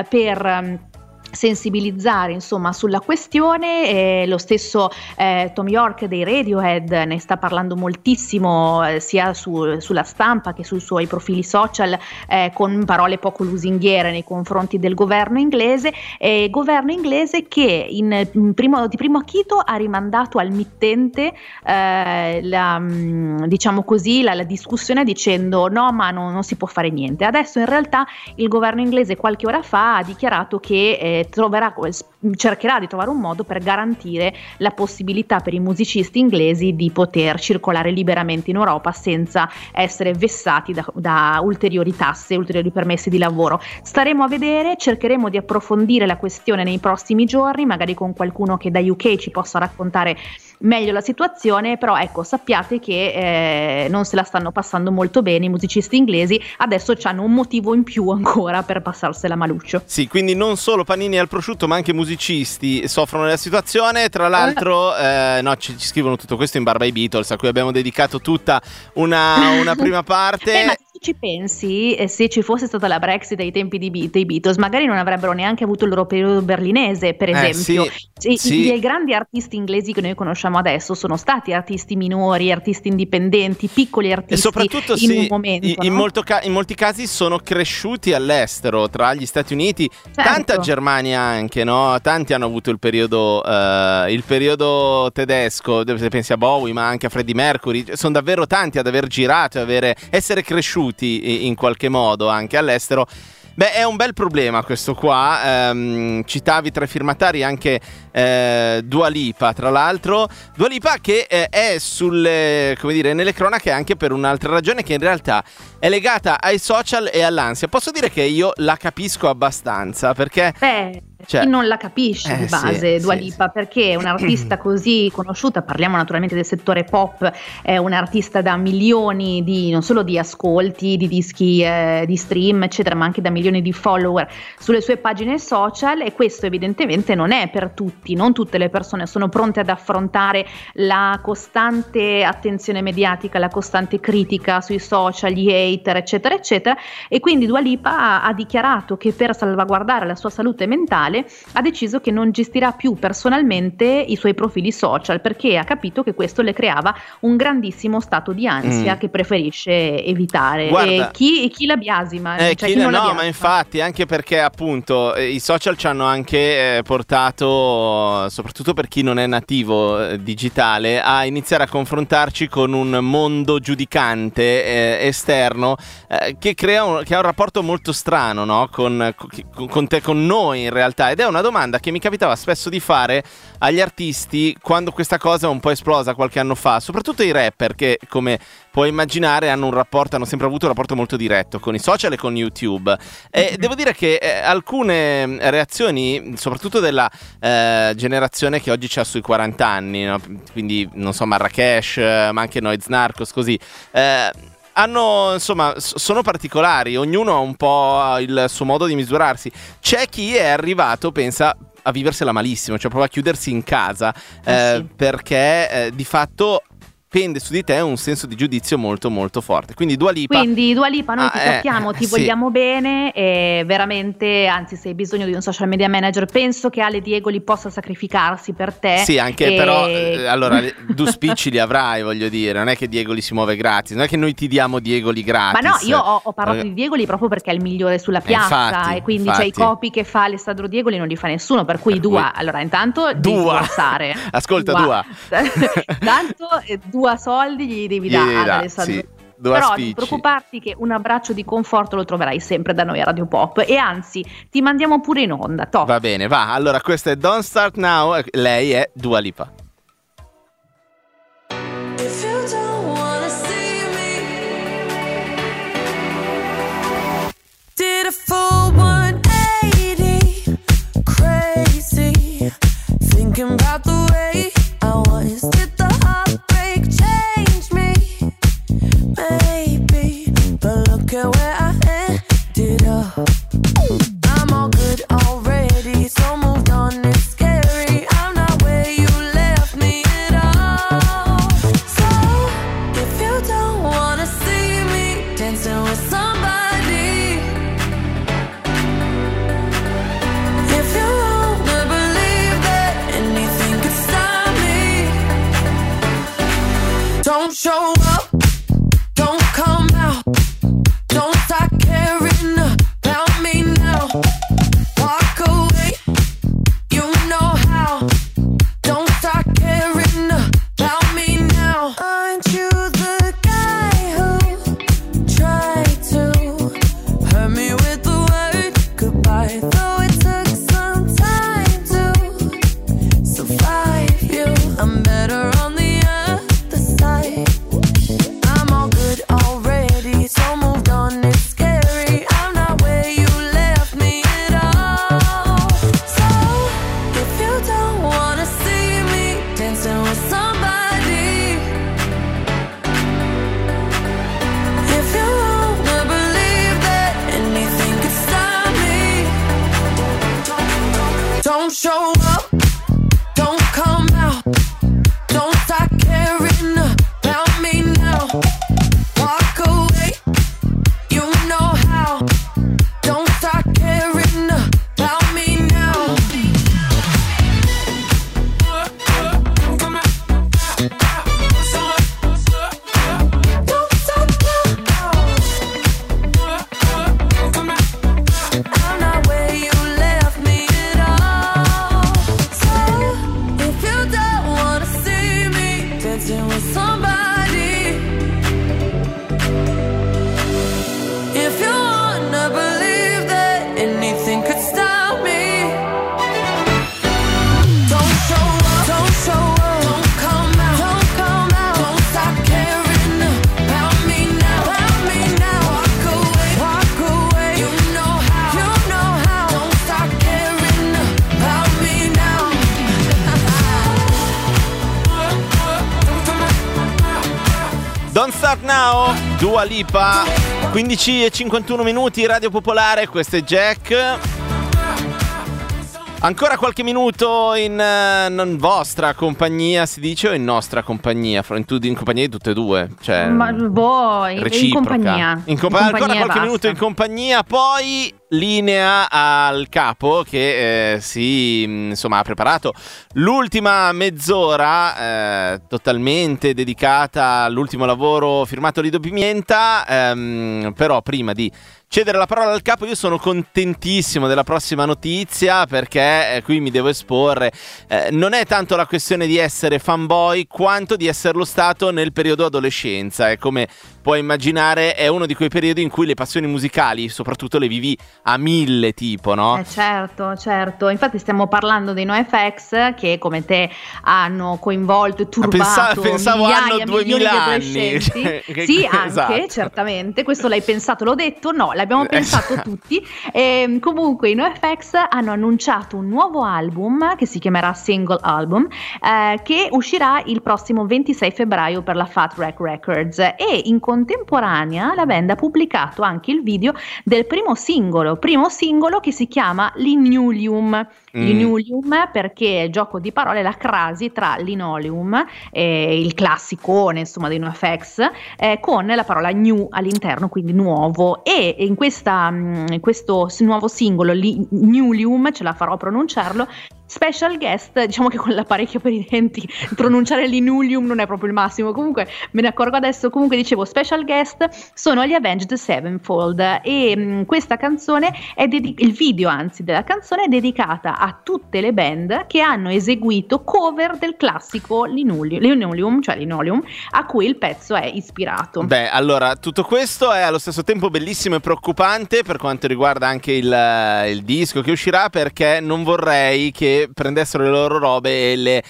Speaker 3: per sensibilizzare insomma sulla questione. Lo stesso Tom York dei Radiohead ne sta parlando moltissimo, sia sulla stampa che sui suoi profili social, con parole poco lusinghiere nei confronti del governo inglese che di primo acchito ha rimandato al mittente la discussione dicendo no, ma non si può fare niente. Adesso in realtà il governo inglese qualche ora fa ha dichiarato che cercherà di trovare un modo per garantire la possibilità per i musicisti inglesi di poter circolare liberamente in Europa senza essere vessati da ulteriori tasse, ulteriori permessi di lavoro. Staremo a vedere, cercheremo di approfondire la questione nei prossimi giorni, magari con qualcuno che da UK ci possa raccontare meglio la situazione, però ecco, sappiate che non se la stanno passando molto bene i musicisti inglesi, adesso hanno un motivo in più ancora per passarsela maluccio.
Speaker 2: Sì, quindi non solo panini al prosciutto ma anche musicisti soffrono della situazione. Tra l'altro ci scrivono tutto questo in barba ai Beatles, a cui abbiamo dedicato tutta una prima parte.
Speaker 3: Ma se ci pensi, se ci fosse stata la Brexit ai tempi dei Beatles, magari non avrebbero neanche avuto il loro periodo berlinese, per esempio. I grandi artisti inglesi che noi conosciamo adesso sono stati artisti minori, artisti indipendenti, piccoli artisti,
Speaker 2: e soprattutto
Speaker 3: un momento,
Speaker 2: in molti casi sono cresciuti all'estero, tra gli Stati Uniti, tanta Germania anche, no? Tanti hanno avuto il periodo tedesco, se pensi a Bowie ma anche a Freddie Mercury, sono davvero tanti ad aver girato e essere cresciuti in qualche modo anche all'estero. Beh, è un bel problema questo qua. Citavi tra i firmatari anche Dua Lipa, tra l'altro. Dua Lipa che è nelle cronache anche per un'altra ragione, che in realtà è legata ai social e all'ansia. Posso dire che io la capisco abbastanza, perché
Speaker 3: chi non la capisce di base, Dua Lipa, perché è un'artista così conosciuta, parliamo naturalmente del settore pop, è un'artista da milioni non solo di ascolti, di dischi, di stream, eccetera, ma anche da milioni di follower sulle sue pagine social, e questo evidentemente non è per tutti, non tutte le persone sono pronte ad affrontare la costante attenzione mediatica, la costante critica sui social, gli hater, eccetera, eccetera, e quindi Dua Lipa ha dichiarato che per salvaguardare la sua salute mentale ha deciso che non gestirà più personalmente i suoi profili social, perché ha capito che questo le creava un grandissimo stato di ansia che preferisce evitare.
Speaker 2: Guarda,
Speaker 3: e chi la biasima? Chi non la biasima?
Speaker 2: Ma infatti, anche perché appunto i social ci hanno anche portato, soprattutto per chi non è nativo digitale, a iniziare a confrontarci con un mondo giudicante esterno che ha un rapporto molto strano, no? con te, con noi in realtà. Ed è una domanda che mi capitava spesso di fare agli artisti quando questa cosa è un po' esplosa qualche anno fa, soprattutto i rapper, che come puoi immaginare hanno sempre avuto un rapporto molto diretto con i social e con YouTube, e devo dire che alcune reazioni, soprattutto della generazione che oggi c'ha sui 40 anni, no? Quindi non so, Marrakesh, ma anche Noyz Narcos, così sono particolari, ognuno ha un po' il suo modo di misurarsi. C'è chi è arrivato, pensa, a viversela malissimo, cioè prova a chiudersi in casa perché di fatto pende su di te un senso di giudizio molto molto forte. Quindi Dua Lipa noi
Speaker 3: ti sappiamo, ti vogliamo bene, e veramente, anzi, se hai bisogno di un social media manager, penso che Ale Diegoli possa sacrificarsi per te.
Speaker 2: Sì, anche però allora due spicci li avrai, voglio dire, non è che Diegoli si muove gratis, non è che noi ti diamo Diegoli gratis.
Speaker 3: Ma no, io ho parlato di Diegoli proprio perché è il migliore sulla piazza,
Speaker 2: infatti,
Speaker 3: e quindi i copy che fa Alessandro Diegoli non li fa nessuno, per cui Dua, allora intanto devi sforzare.
Speaker 2: Ascolta Dua.
Speaker 3: Tanto Dua soldi gli devi dare ad Alessandro.
Speaker 2: Sì.
Speaker 3: Però non preoccuparti che un abbraccio di conforto lo troverai sempre da noi a Radio Pop, e anzi ti mandiamo pure in onda.
Speaker 2: Va bene, va. Allora questo è Don't Start Now, lei è Dua Lipa.
Speaker 5: Did a full 180, crazy, thinking about the way I was. Did the heartbreak change me? Maybe, but look at where I ended up. I'm all good already, so moved on, it's scary. I'm not where you left me at all. So, if you don't wanna see me dancing with somebody, if you wanna believe that anything could stop me, don't show up, don't come out, don't start caring about me now. Walk away, you know how. Don't start caring about me now. Aren't you the guy who tried to hurt me with the word goodbye? Though it took some dancing with somebody. If you wanna believe that anything could stop me, don't show up, don't show up, don't come out, don't come out, don't stop caring about me now, walk away, you know how, don't stop caring about me now.
Speaker 2: Don't Start Now, Dua Lipa, 15:51 minuti, Radio Popolare, questo è Jack. Ancora qualche minuto in vostra compagnia, si dice, o in nostra compagnia? In compagnia di tutte e due, cioè
Speaker 3: Ma voi,
Speaker 2: reciproca.
Speaker 3: in compagnia.
Speaker 2: Ancora qualche
Speaker 3: basta.
Speaker 2: minuto in compagnia, poi linea al capo che ha preparato l'ultima mezz'ora totalmente dedicata all'ultimo lavoro firmato Lido Pimienta, però prima di cedere la parola al capo io sono contentissimo della prossima notizia, perché qui mi devo esporre. Non è tanto la questione di essere fanboy quanto di esserlo stato nel periodo adolescenza, e come puoi immaginare è uno di quei periodi in cui le passioni musicali soprattutto le vivi a 1000, tipo, no?
Speaker 3: Certo, infatti stiamo parlando dei NoFX che come te hanno coinvolto e turbato
Speaker 2: pensavo anno
Speaker 3: milioni
Speaker 2: 2000
Speaker 3: di
Speaker 2: anni.
Speaker 3: adolescenti. Sì, anche,
Speaker 2: Esatto.
Speaker 3: certamente, questo l'hai pensato, l'ho detto, no, l'abbiamo pensato tutti. Comunque i NoFX hanno annunciato un nuovo album che si chiamerà Single Album, che uscirà il prossimo 26 febbraio per la Fat Wreck Records, e in contemporanea la band ha pubblicato anche il video del primo singolo che si chiama Linoleum. Linoleum perché gioco di parole, la crasi tra linoleum, il classicone insomma dei NoFX, con la parola new all'interno, quindi nuovo, e in questo nuovo singolo Linoleum, ce la farò a pronunciarlo, special guest, diciamo che con l'apparecchio per i denti pronunciare linoleum non è proprio il massimo, comunque me ne accorgo adesso. Comunque dicevo, special guest sono gli Avenged Sevenfold, e questa canzone il video della canzone è dedicata a tutte le band che hanno eseguito cover del classico Linoleum, a cui il pezzo è ispirato.
Speaker 2: Beh, allora, tutto questo è allo stesso tempo bellissimo e preoccupante per quanto riguarda anche il disco che uscirà, perché non vorrei che prendessero le loro robe e le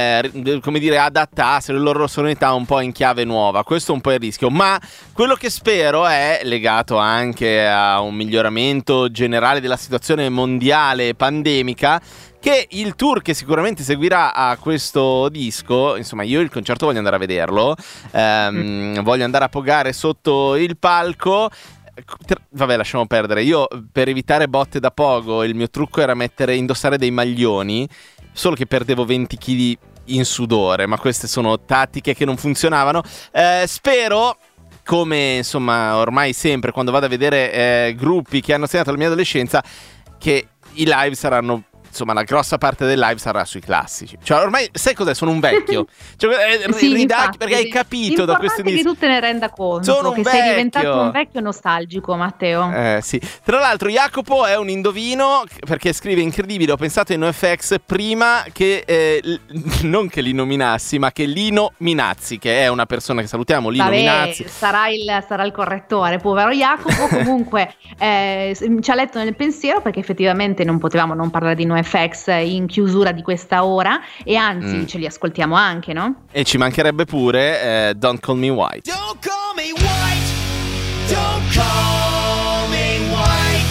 Speaker 2: adattassero le loro sonorità un po' in chiave nuova. Questo è un po' il rischio, ma quello che spero è legato anche a un miglioramento generale della situazione mondiale pandemica, che il tour che sicuramente seguirà a questo disco, insomma, io il concerto voglio andare a vederlo, voglio andare a pogare sotto il palco. Vabbè, lasciamo perdere. Io, per evitare botte da pogo, il mio trucco era indossare dei maglioni, solo che perdevo 20 kg in sudore, ma queste sono tattiche che non funzionavano. Spero, come insomma ormai sempre quando vado a vedere gruppi che hanno segnato la mia adolescenza, che i live saranno, insomma, la grossa parte del live sarà sui classici. Cioè, ormai, sai cos'è? Sono un vecchio. Cioè,
Speaker 3: Sì, infatti,
Speaker 2: perché hai capito da questo
Speaker 3: che tu te ne renda conto.
Speaker 2: Sono un
Speaker 3: che
Speaker 2: vecchio.
Speaker 3: sei diventato un vecchio nostalgico, Matteo.
Speaker 2: Sì. Tra l'altro Jacopo è un indovino, perché scrive: incredibile, ho pensato ai NoFX prima che non che li nominassi, ma che Lino Minazzi, che è una persona che salutiamo, Lino Minazzi.
Speaker 3: Sarà il correttore, povero Jacopo. Comunque ci ha letto nel pensiero, perché effettivamente non potevamo non parlare di NoFX in chiusura di questa ora, e anzi ce li ascoltiamo anche, no?
Speaker 2: E ci mancherebbe pure Don't Call Me White.
Speaker 4: Don't call me white. Don't call me white.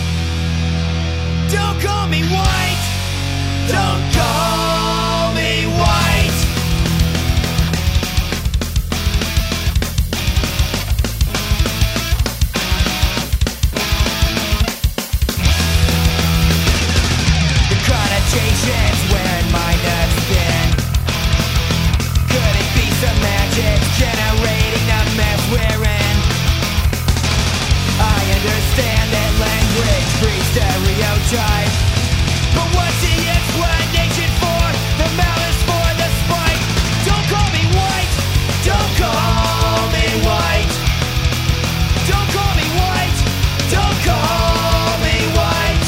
Speaker 4: Don't call me white. Don't call me white. The connotations where my nerves been. Could it be some magic generating the mess we're in? I understand that language breeds stereotype, but what's the explanation for the malice, for the spite? Don't call me white. Don't call me white. Don't call me white. Don't call me white.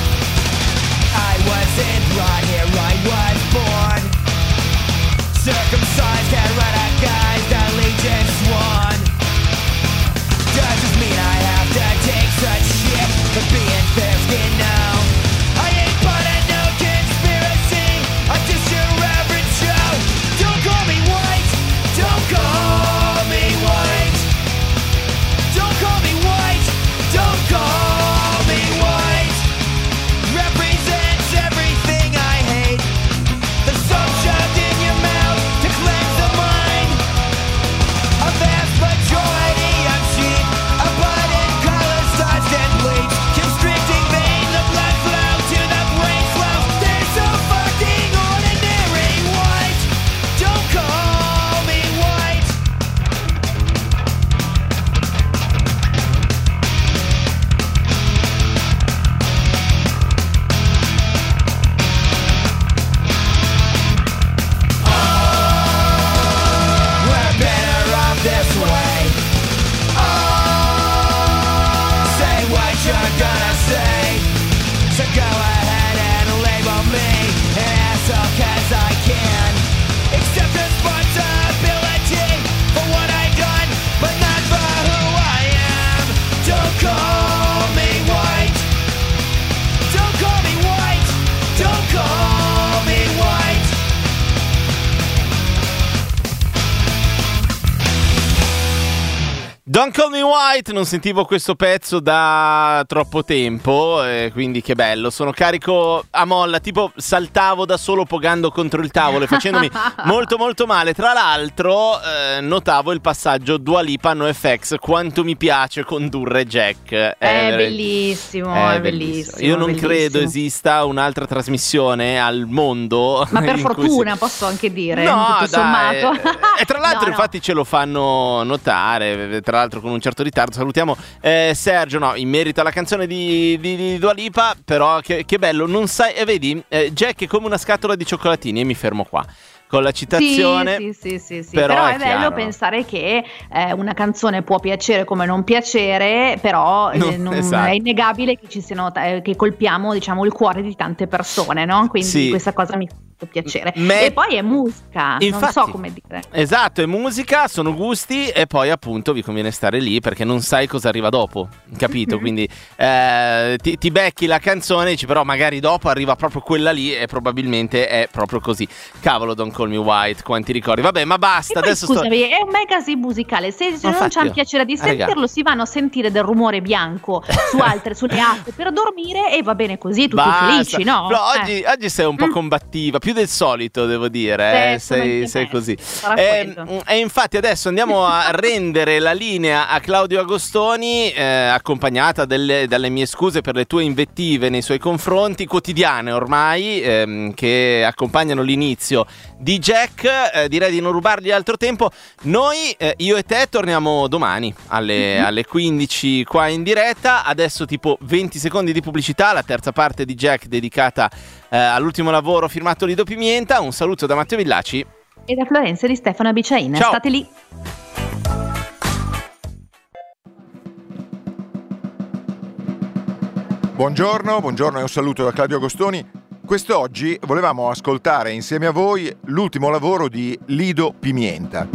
Speaker 4: I wasn't brought here, I was born. circumcised, had red guys, allegiance won. Does this mean I have to take such shit for being thirsty? No, I ain't part of no conspiracy. I'm just your average Joe. Don't call me white. Don't call me white. Don't call me white. Don't call me white. Represents everything I hate. The salt shoved in your mouth to cleanse the mind. A vast majority of sheep, abundant color starts and bleeds. Constricting vein, the blood flow to the brain flow. They're so fucking ordinary white. Don't call me white. We're better off this way. Say what you're gonna say. So go ahead and label me an asshole, 'cause I can accept responsibility for what I've done, but not for who I am. Don't call me white. Don't call me white. Don't call me white.
Speaker 2: Don't Call Me White, non sentivo questo pezzo da troppo tempo, quindi che bello, sono carico a molla, tipo saltavo da solo pogando contro il tavolo e facendomi molto molto male. Tra l'altro notavo il passaggio Dua Lipa NoFX, quanto mi piace condurre Jack.
Speaker 3: È bellissimo, è bellissimo.
Speaker 2: Io non
Speaker 3: bellissimo.
Speaker 2: credo esista un'altra trasmissione al mondo.
Speaker 3: Ma per
Speaker 2: in cui
Speaker 3: fortuna, posso anche dire,
Speaker 2: No,
Speaker 3: tutto
Speaker 2: dai,
Speaker 3: sommato.
Speaker 2: e tra l'altro
Speaker 3: No, no.
Speaker 2: infatti ce lo fanno notare, tra l'altro con un certo ritardo. Salutiamo Sergio, no, in merito alla canzone di Dua Lipa, però che bello, non sai, vedi, Jack è come una scatola di cioccolatini, e mi fermo qua con la citazione.
Speaker 3: Sì.
Speaker 2: Però
Speaker 3: è bello
Speaker 2: chiaro.
Speaker 3: pensare che una canzone può piacere come non piacere, però
Speaker 2: esatto.
Speaker 3: è innegabile che ci siano che colpiamo, diciamo, il cuore di tante persone, no? Quindi
Speaker 2: Sì.
Speaker 3: questa cosa mi fa molto piacere. E poi è musica, non
Speaker 2: Infatti,
Speaker 3: so come dire.
Speaker 2: Esatto, è musica, sono gusti, e poi appunto vi conviene stare lì perché non sai cosa arriva dopo, capito? Quindi ti becchi la canzone e dici però magari dopo arriva proprio quella lì, e probabilmente è proprio così. Cavolo, Don't Call Me White, quanti ricordi. Vabbè, ma basta,
Speaker 3: E poi,
Speaker 2: adesso
Speaker 3: scusami, è un magazine musicale. Se non
Speaker 2: Infatti,
Speaker 3: c'hanno piacere di sentirlo,
Speaker 2: raga.
Speaker 3: si vanno a sentire del rumore bianco sulle app per dormire, e va bene così, tutti
Speaker 2: Basta.
Speaker 3: felici, no?
Speaker 2: Però oggi sei un po' combattiva, più del solito, devo dire. Sei così. E infatti adesso andiamo a rendere la linea a Claudio Agostoni, accompagnata dalle mie scuse per le tue invettive nei suoi confronti, quotidiane ormai, che accompagnano l'inizio di Jack. Direi di non rubargli altro tempo. Noi, io e te, torniamo domani alle 15 qua in diretta. Adesso tipo 20 secondi di pubblicità, la terza parte di Jack dedicata all'ultimo lavoro firmato Lido Pimienta. Un saluto da Matteo Villaci
Speaker 3: E da Florenza e di Stefano Abiciain.
Speaker 2: Ciao.
Speaker 3: State lì.
Speaker 6: Buongiorno e un saluto da Claudio Agostoni. Quest'oggi volevamo ascoltare insieme a voi l'ultimo lavoro di Lido Pimienta.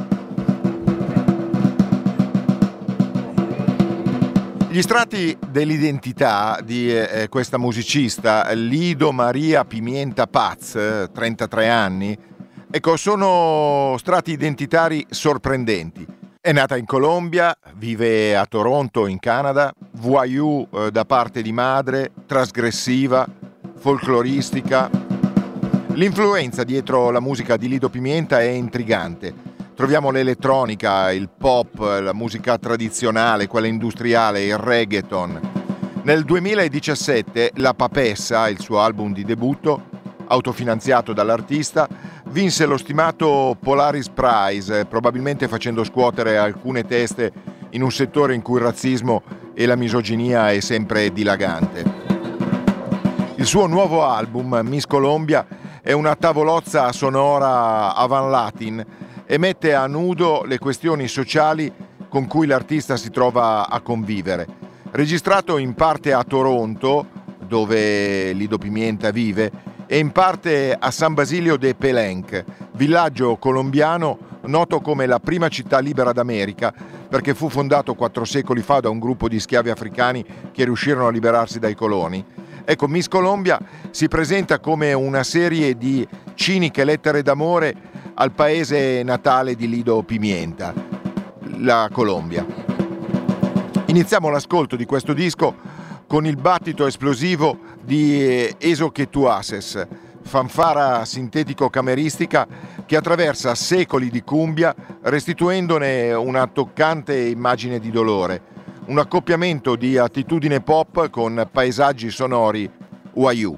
Speaker 6: Gli strati dell'identità di questa musicista, Lido Maria Pimienta Paz, 33 anni, ecco, sono strati identitari sorprendenti. È nata in Colombia, vive a Toronto in Canada, voyou da parte di madre, trasgressiva, folcloristica. L'influenza dietro la musica di Lido Pimienta è intrigante. Troviamo l'elettronica, il pop, la musica tradizionale, quella industriale, il reggaeton. Nel 2017 La Papessa, il suo album di debutto, autofinanziato dall'artista, vinse lo stimato Polaris Prize, probabilmente facendo scuotere alcune teste in un settore in cui il razzismo e la misoginia è sempre dilagante. Il suo nuovo album, Miss Colombia, è una tavolozza sonora avant latin e mette a nudo le questioni sociali con cui l'artista si trova a convivere. Registrato in parte a Toronto, dove Lido Pimienta vive, e in parte a San Basilio de Palenque, villaggio colombiano noto come la prima città libera d'America, perché fu fondato 4 secoli fa da un gruppo di schiavi africani che riuscirono a liberarsi dai coloni. Ecco, Miss Colombia si presenta come una serie di ciniche lettere d'amore al paese natale di Lido Pimienta, la Colombia. Iniziamo l'ascolto di questo disco con il battito esplosivo di Eso que tú haces, fanfara sintetico-cameristica che attraversa secoli di cumbia restituendone una toccante immagine di dolore, un accoppiamento di attitudine pop con paesaggi sonori Wayuu.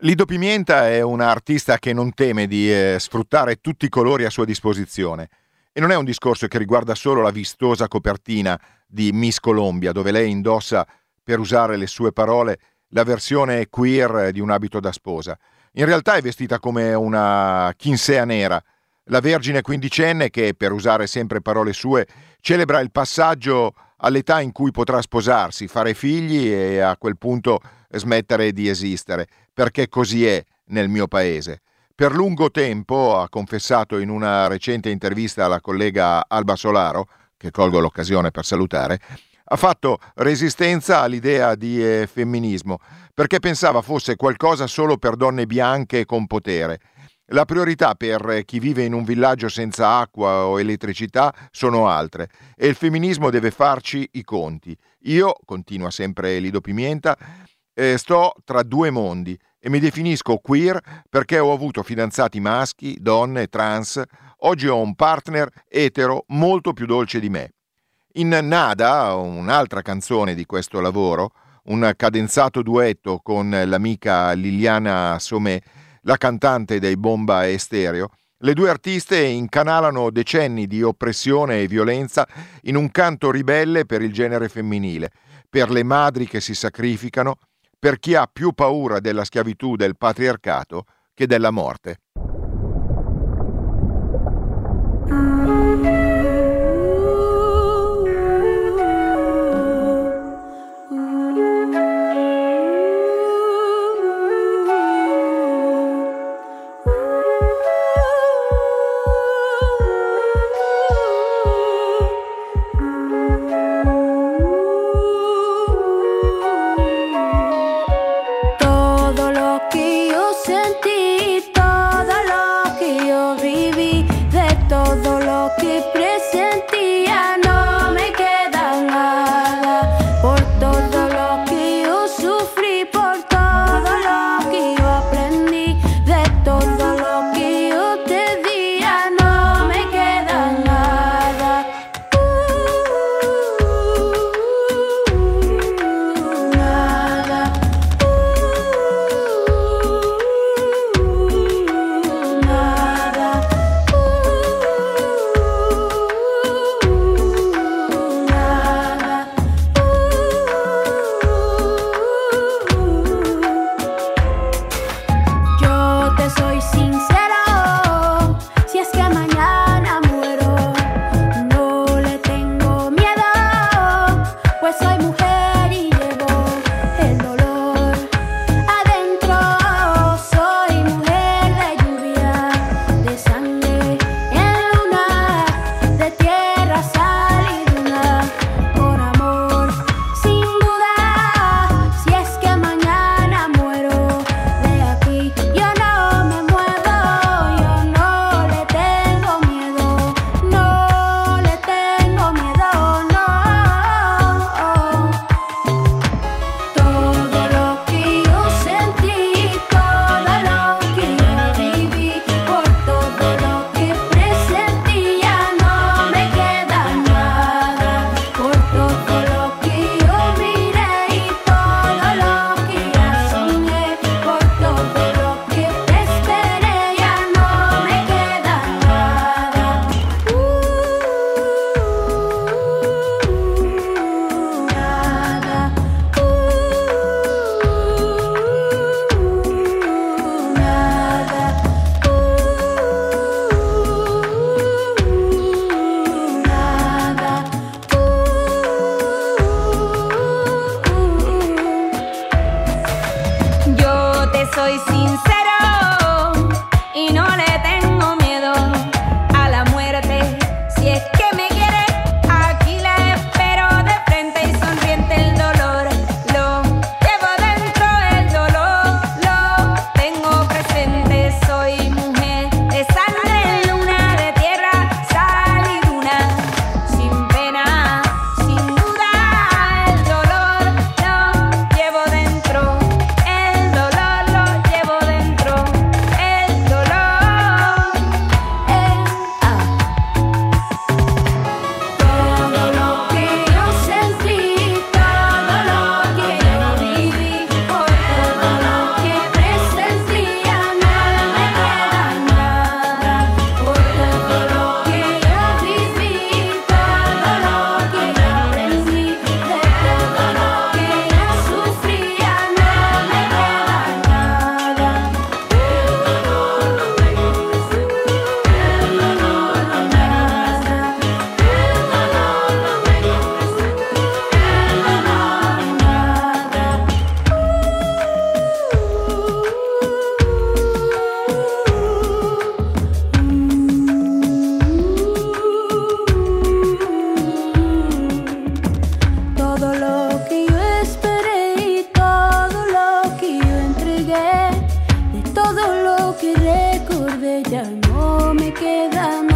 Speaker 6: Lido Pimienta è una artista che non teme di sfruttare tutti i colori a sua disposizione. E non è un discorso che riguarda solo la vistosa copertina di Miss Colombia, dove lei indossa, per usare le sue parole, la versione queer di un abito da sposa. In realtà è vestita come una Kinsea nera, la vergine quindicenne che, per usare sempre parole sue, celebra il passaggio all'età in cui potrà sposarsi, fare figli e a quel punto smettere di esistere, perché così è nel mio paese. Per lungo tempo, ha confessato in una recente intervista alla collega Alba Solaro, che colgo l'occasione per salutare, ha fatto resistenza all'idea di femminismo, perché pensava fosse qualcosa solo per donne bianche e con potere. La priorità per chi vive in un villaggio senza acqua o elettricità sono altre e il femminismo deve farci i conti. Io, continua sempre Lido Pimienta, sto tra due mondi e mi definisco queer perché ho avuto fidanzati maschi, donne, trans. Oggi ho un partner etero molto più dolce di me. In Nada, un'altra canzone di questo lavoro, un cadenzato duetto con l'amica Liliana Somè, la cantante dei Bomba Estéreo, le due artiste incanalano decenni di oppressione e violenza in un canto ribelle per il genere femminile, per le madri che si sacrificano, per chi ha più paura della schiavitù del patriarcato che della morte.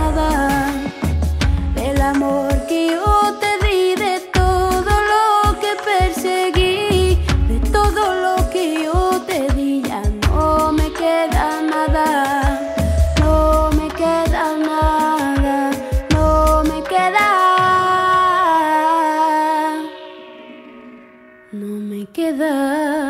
Speaker 5: nada del amor que yo te di, de todo lo que perseguí, de todo lo que yo te di. Ya no me queda nada, no me queda nada, no me queda, no me queda.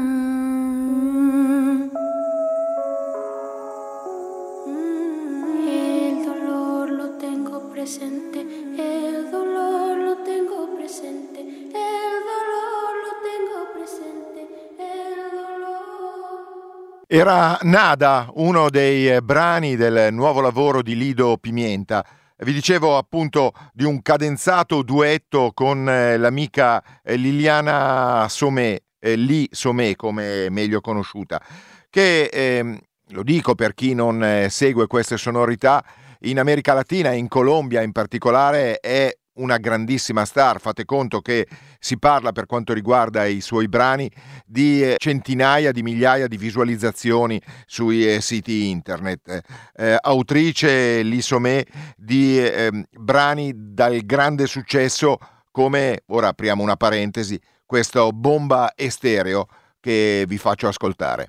Speaker 5: El dolor lo tengo presente, el dolor lo tengo presente, el dolor lo tengo presente, el dolor.
Speaker 6: Era Nada, uno dei brani del nuovo lavoro di Lido Pimienta. Vi dicevo appunto di un cadenzato duetto con l'amica Liliana Somé, Li Somé come meglio conosciuta, che lo dico per chi non segue queste sonorità, in America Latina e in Colombia in particolare è una grandissima star. Fate conto che si parla, per quanto riguarda i suoi brani, di centinaia di migliaia di visualizzazioni sui siti internet. Autrice Li Somé di brani dal grande successo come, ora apriamo una parentesi, questo Bomba Estéreo che vi faccio ascoltare.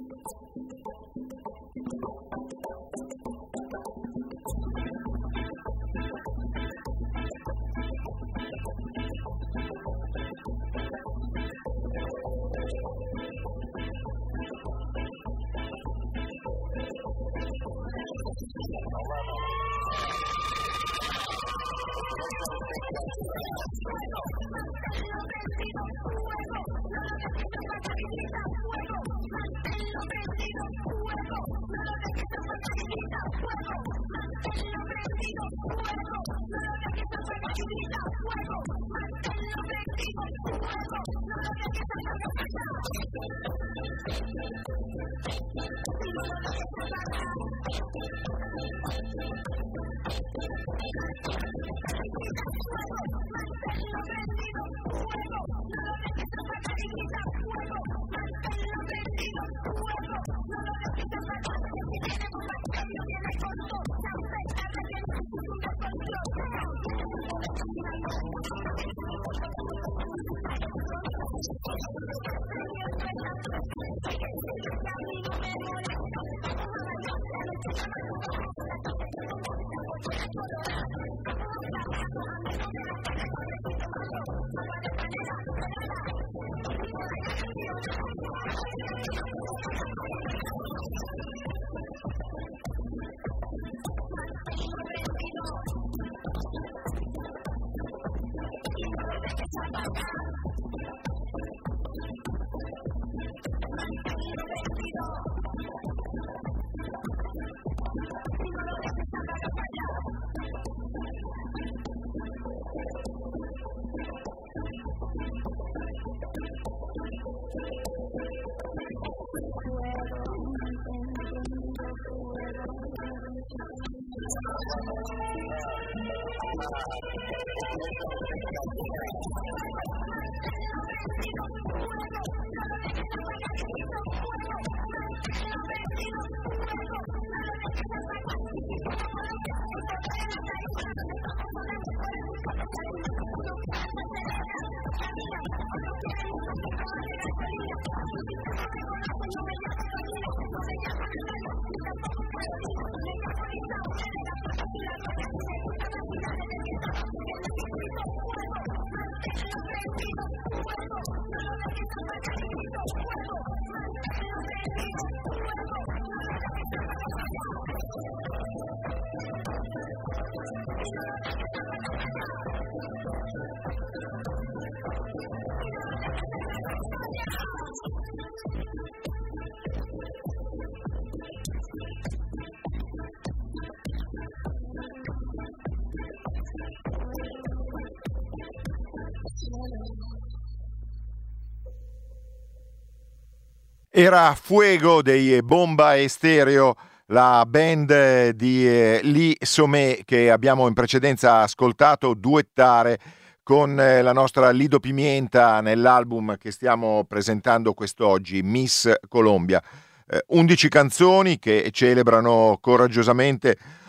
Speaker 6: Era Fuego dei Bomba Estéreo, la band di Li Somé che abbiamo in precedenza ascoltato duettare con la nostra Lido Pimienta nell'album che stiamo presentando quest'oggi, Miss Colombia. 11 canzoni che celebrano coraggiosamente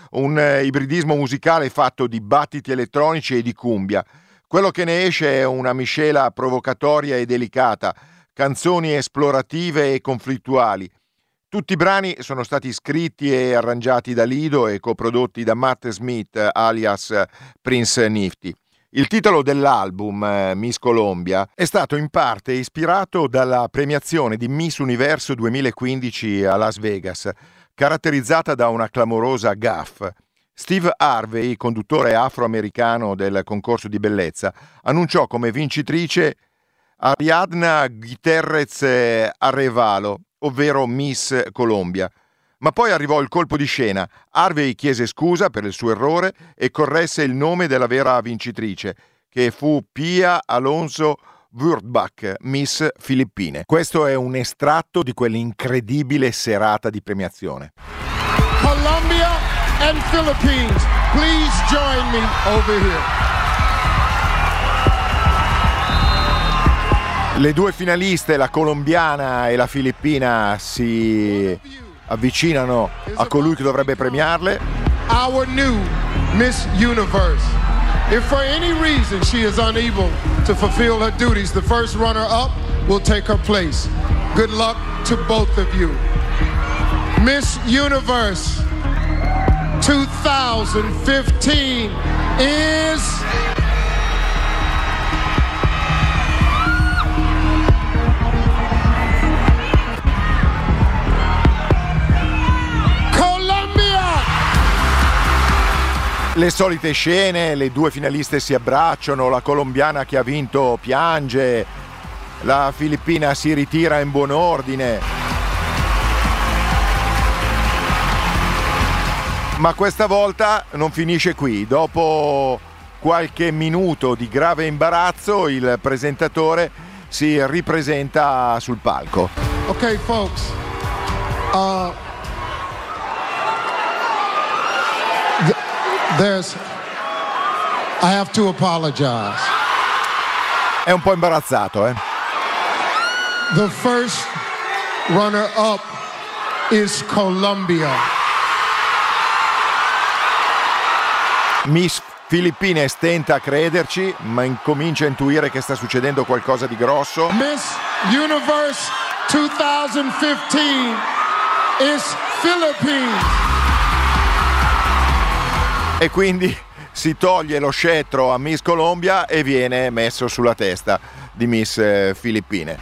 Speaker 6: un ibridismo musicale fatto di battiti elettronici e di cumbia. Quello che ne esce è una miscela provocatoria e delicata, canzoni esplorative e conflittuali. Tutti i brani sono stati scritti e arrangiati da Lido e coprodotti da Matt Smith, alias Prince Nifty. Il titolo dell'album, Miss Colombia, è stato in parte ispirato dalla premiazione di Miss Universo 2015 a Las Vegas, caratterizzata da una clamorosa gaffe. Steve Harvey, conduttore afroamericano del concorso di bellezza, annunciò come vincitrice Ariadna Gutierrez Arevalo, ovvero Miss Colombia. Ma poi arrivò il colpo di scena. Harvey chiese scusa per il suo errore e corresse il nome della vera vincitrice, che fu Pia Alonso Wurtbach, Miss Filippine. Questo è un estratto di quell'incredibile serata di premiazione.
Speaker 7: Colombia and Philippines, please join me over here.
Speaker 6: Le due finaliste, la colombiana e la filippina, si avvicinano a colui che dovrebbe premiarle.
Speaker 7: Our new Miss Universe. If for any reason she is unable to fulfill her duties, the first runner-up will take her place. Good luck to both of you. Miss Universe 2015 is...
Speaker 6: Le solite scene, le due finaliste si abbracciano, la colombiana che ha vinto piange, la filippina si ritira in buon ordine. Ma questa volta non finisce qui. Dopo qualche minuto di grave imbarazzo, il presentatore si ripresenta sul palco.
Speaker 7: Okay, folks. I have to apologize.
Speaker 6: È un po' imbarazzato, eh?
Speaker 7: The first runner-up is Colombia.
Speaker 6: Miss Filippine stenta a crederci, ma incomincia a intuire che sta succedendo qualcosa di grosso.
Speaker 7: Miss Universe 2015 is Philippines.
Speaker 6: E quindi si toglie lo scettro a Miss Colombia e viene messo sulla testa di Miss Filippine.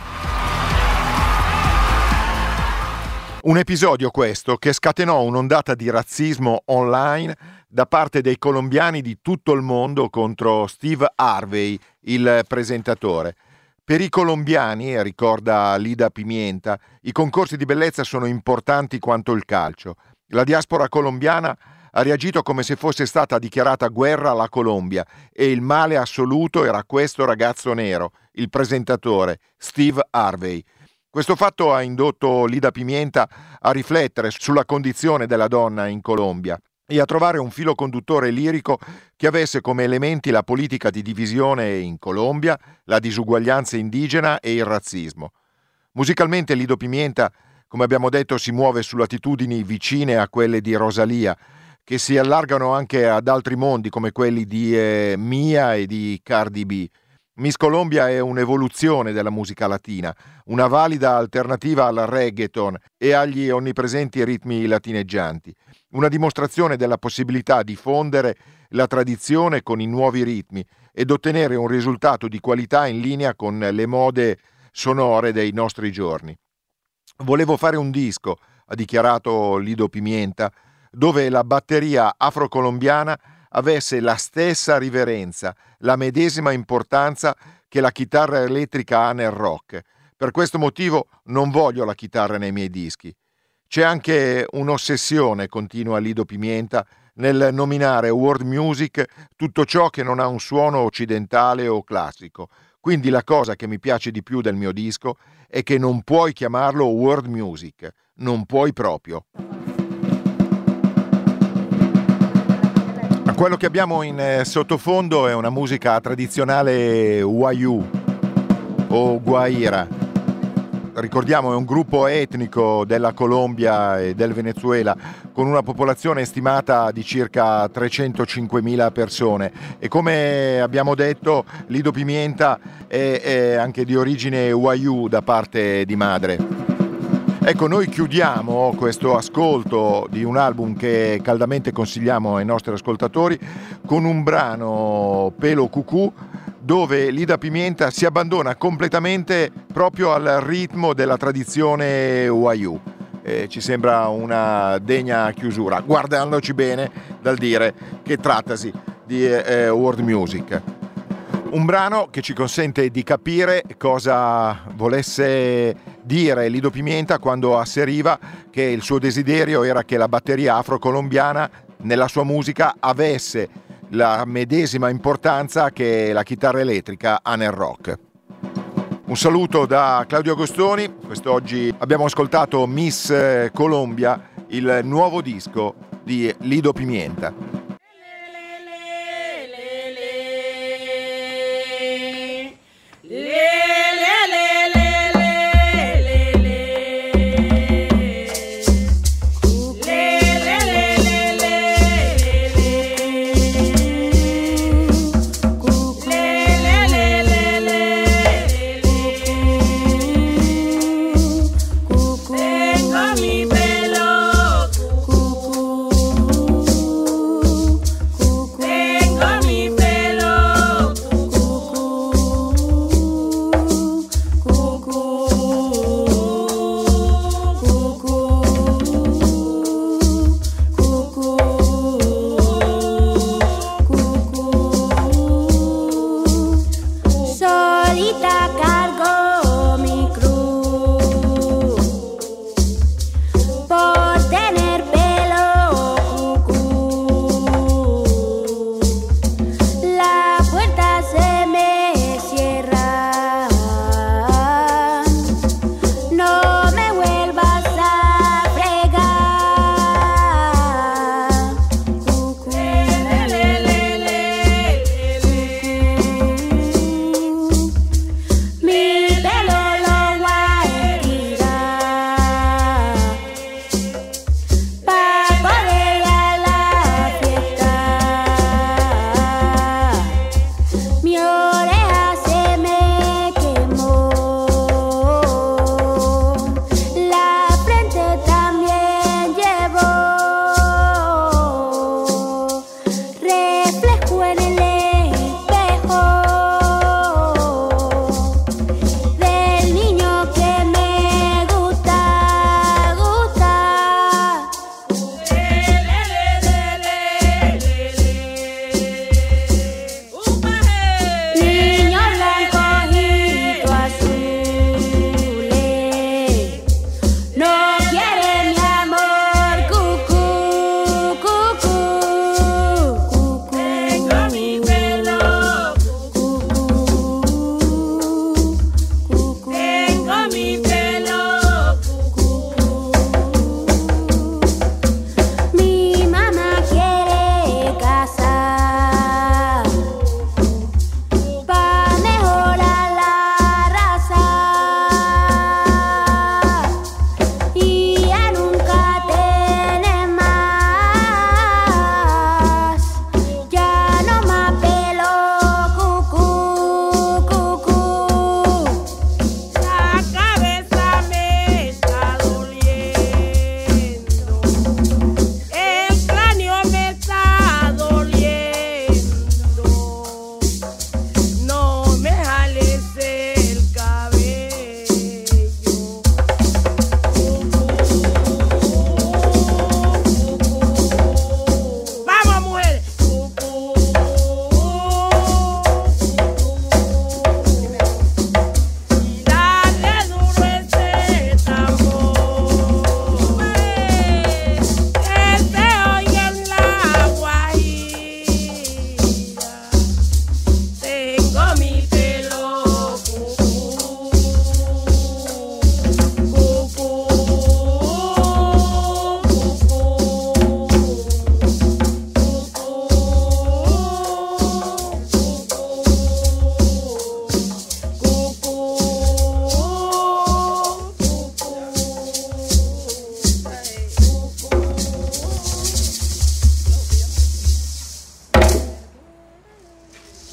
Speaker 6: Un episodio questo che scatenò un'ondata di razzismo online da parte dei colombiani di tutto il mondo contro Steve Harvey, il presentatore. Per i colombiani, ricorda Lida Pimienta, i concorsi di bellezza sono importanti quanto il calcio. La diaspora colombiana ha reagito come se fosse stata dichiarata guerra alla Colombia e il male assoluto era questo ragazzo nero, il presentatore, Steve Harvey. Questo fatto ha indotto Lida Pimienta a riflettere sulla condizione della donna in Colombia e a trovare un filo conduttore lirico che avesse come elementi la politica di divisione in Colombia, la disuguaglianza indigena e il razzismo. Musicalmente Lido Pimienta, come abbiamo detto, si muove su latitudini vicine a quelle di Rosalía, che si allargano anche ad altri mondi come quelli di Mia e di Cardi B. Miss Colombia è un'evoluzione della musica latina, una valida alternativa al reggaeton e agli onnipresenti ritmi latineggianti, una dimostrazione della possibilità di fondere la tradizione con i nuovi ritmi ed ottenere un risultato di qualità in linea con le mode sonore dei nostri giorni. Volevo fare un disco, ha dichiarato Lido Pimienta, dove la batteria afrocolombiana avesse la stessa riverenza, la medesima importanza che la chitarra elettrica ha nel rock. Per questo motivo non voglio la chitarra nei miei dischi. C'è anche un'ossessione, continua Lido Pimienta, nel nominare world music tutto ciò che non ha un suono occidentale o classico. Quindi la cosa che mi piace di più del mio disco è che non puoi chiamarlo world music, non puoi proprio. Quello che abbiamo in sottofondo è una musica tradizionale Wayuu o Guaira. ricordiamo è un gruppo etnico della Colombia e del Venezuela con una popolazione stimata di circa 305.000 persone, e come abbiamo detto Lido Pimienta è anche di origine Wayuu da parte di madre. Ecco, noi chiudiamo questo ascolto di un album che caldamente consigliamo ai nostri ascoltatori con un brano, Pelo Cucù, dove Lida Pimienta si abbandona completamente proprio al ritmo della tradizione Wayuu. Ci sembra una degna chiusura, guardandoci bene dal dire che trattasi di world music. Un brano che ci consente di capire cosa volesse dire Lido Pimienta quando asseriva che il suo desiderio era che la batteria afro-colombiana nella sua musica avesse la medesima importanza che la chitarra elettrica ha nel rock. Un saluto da Claudio Agostoni. Quest'oggi abbiamo ascoltato Miss Colombia, il nuovo disco di Lido Pimienta.
Speaker 5: Mi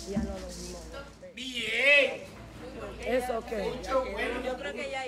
Speaker 8: Ya no nos vimos. Bien. Eso ok. Yo creo que ya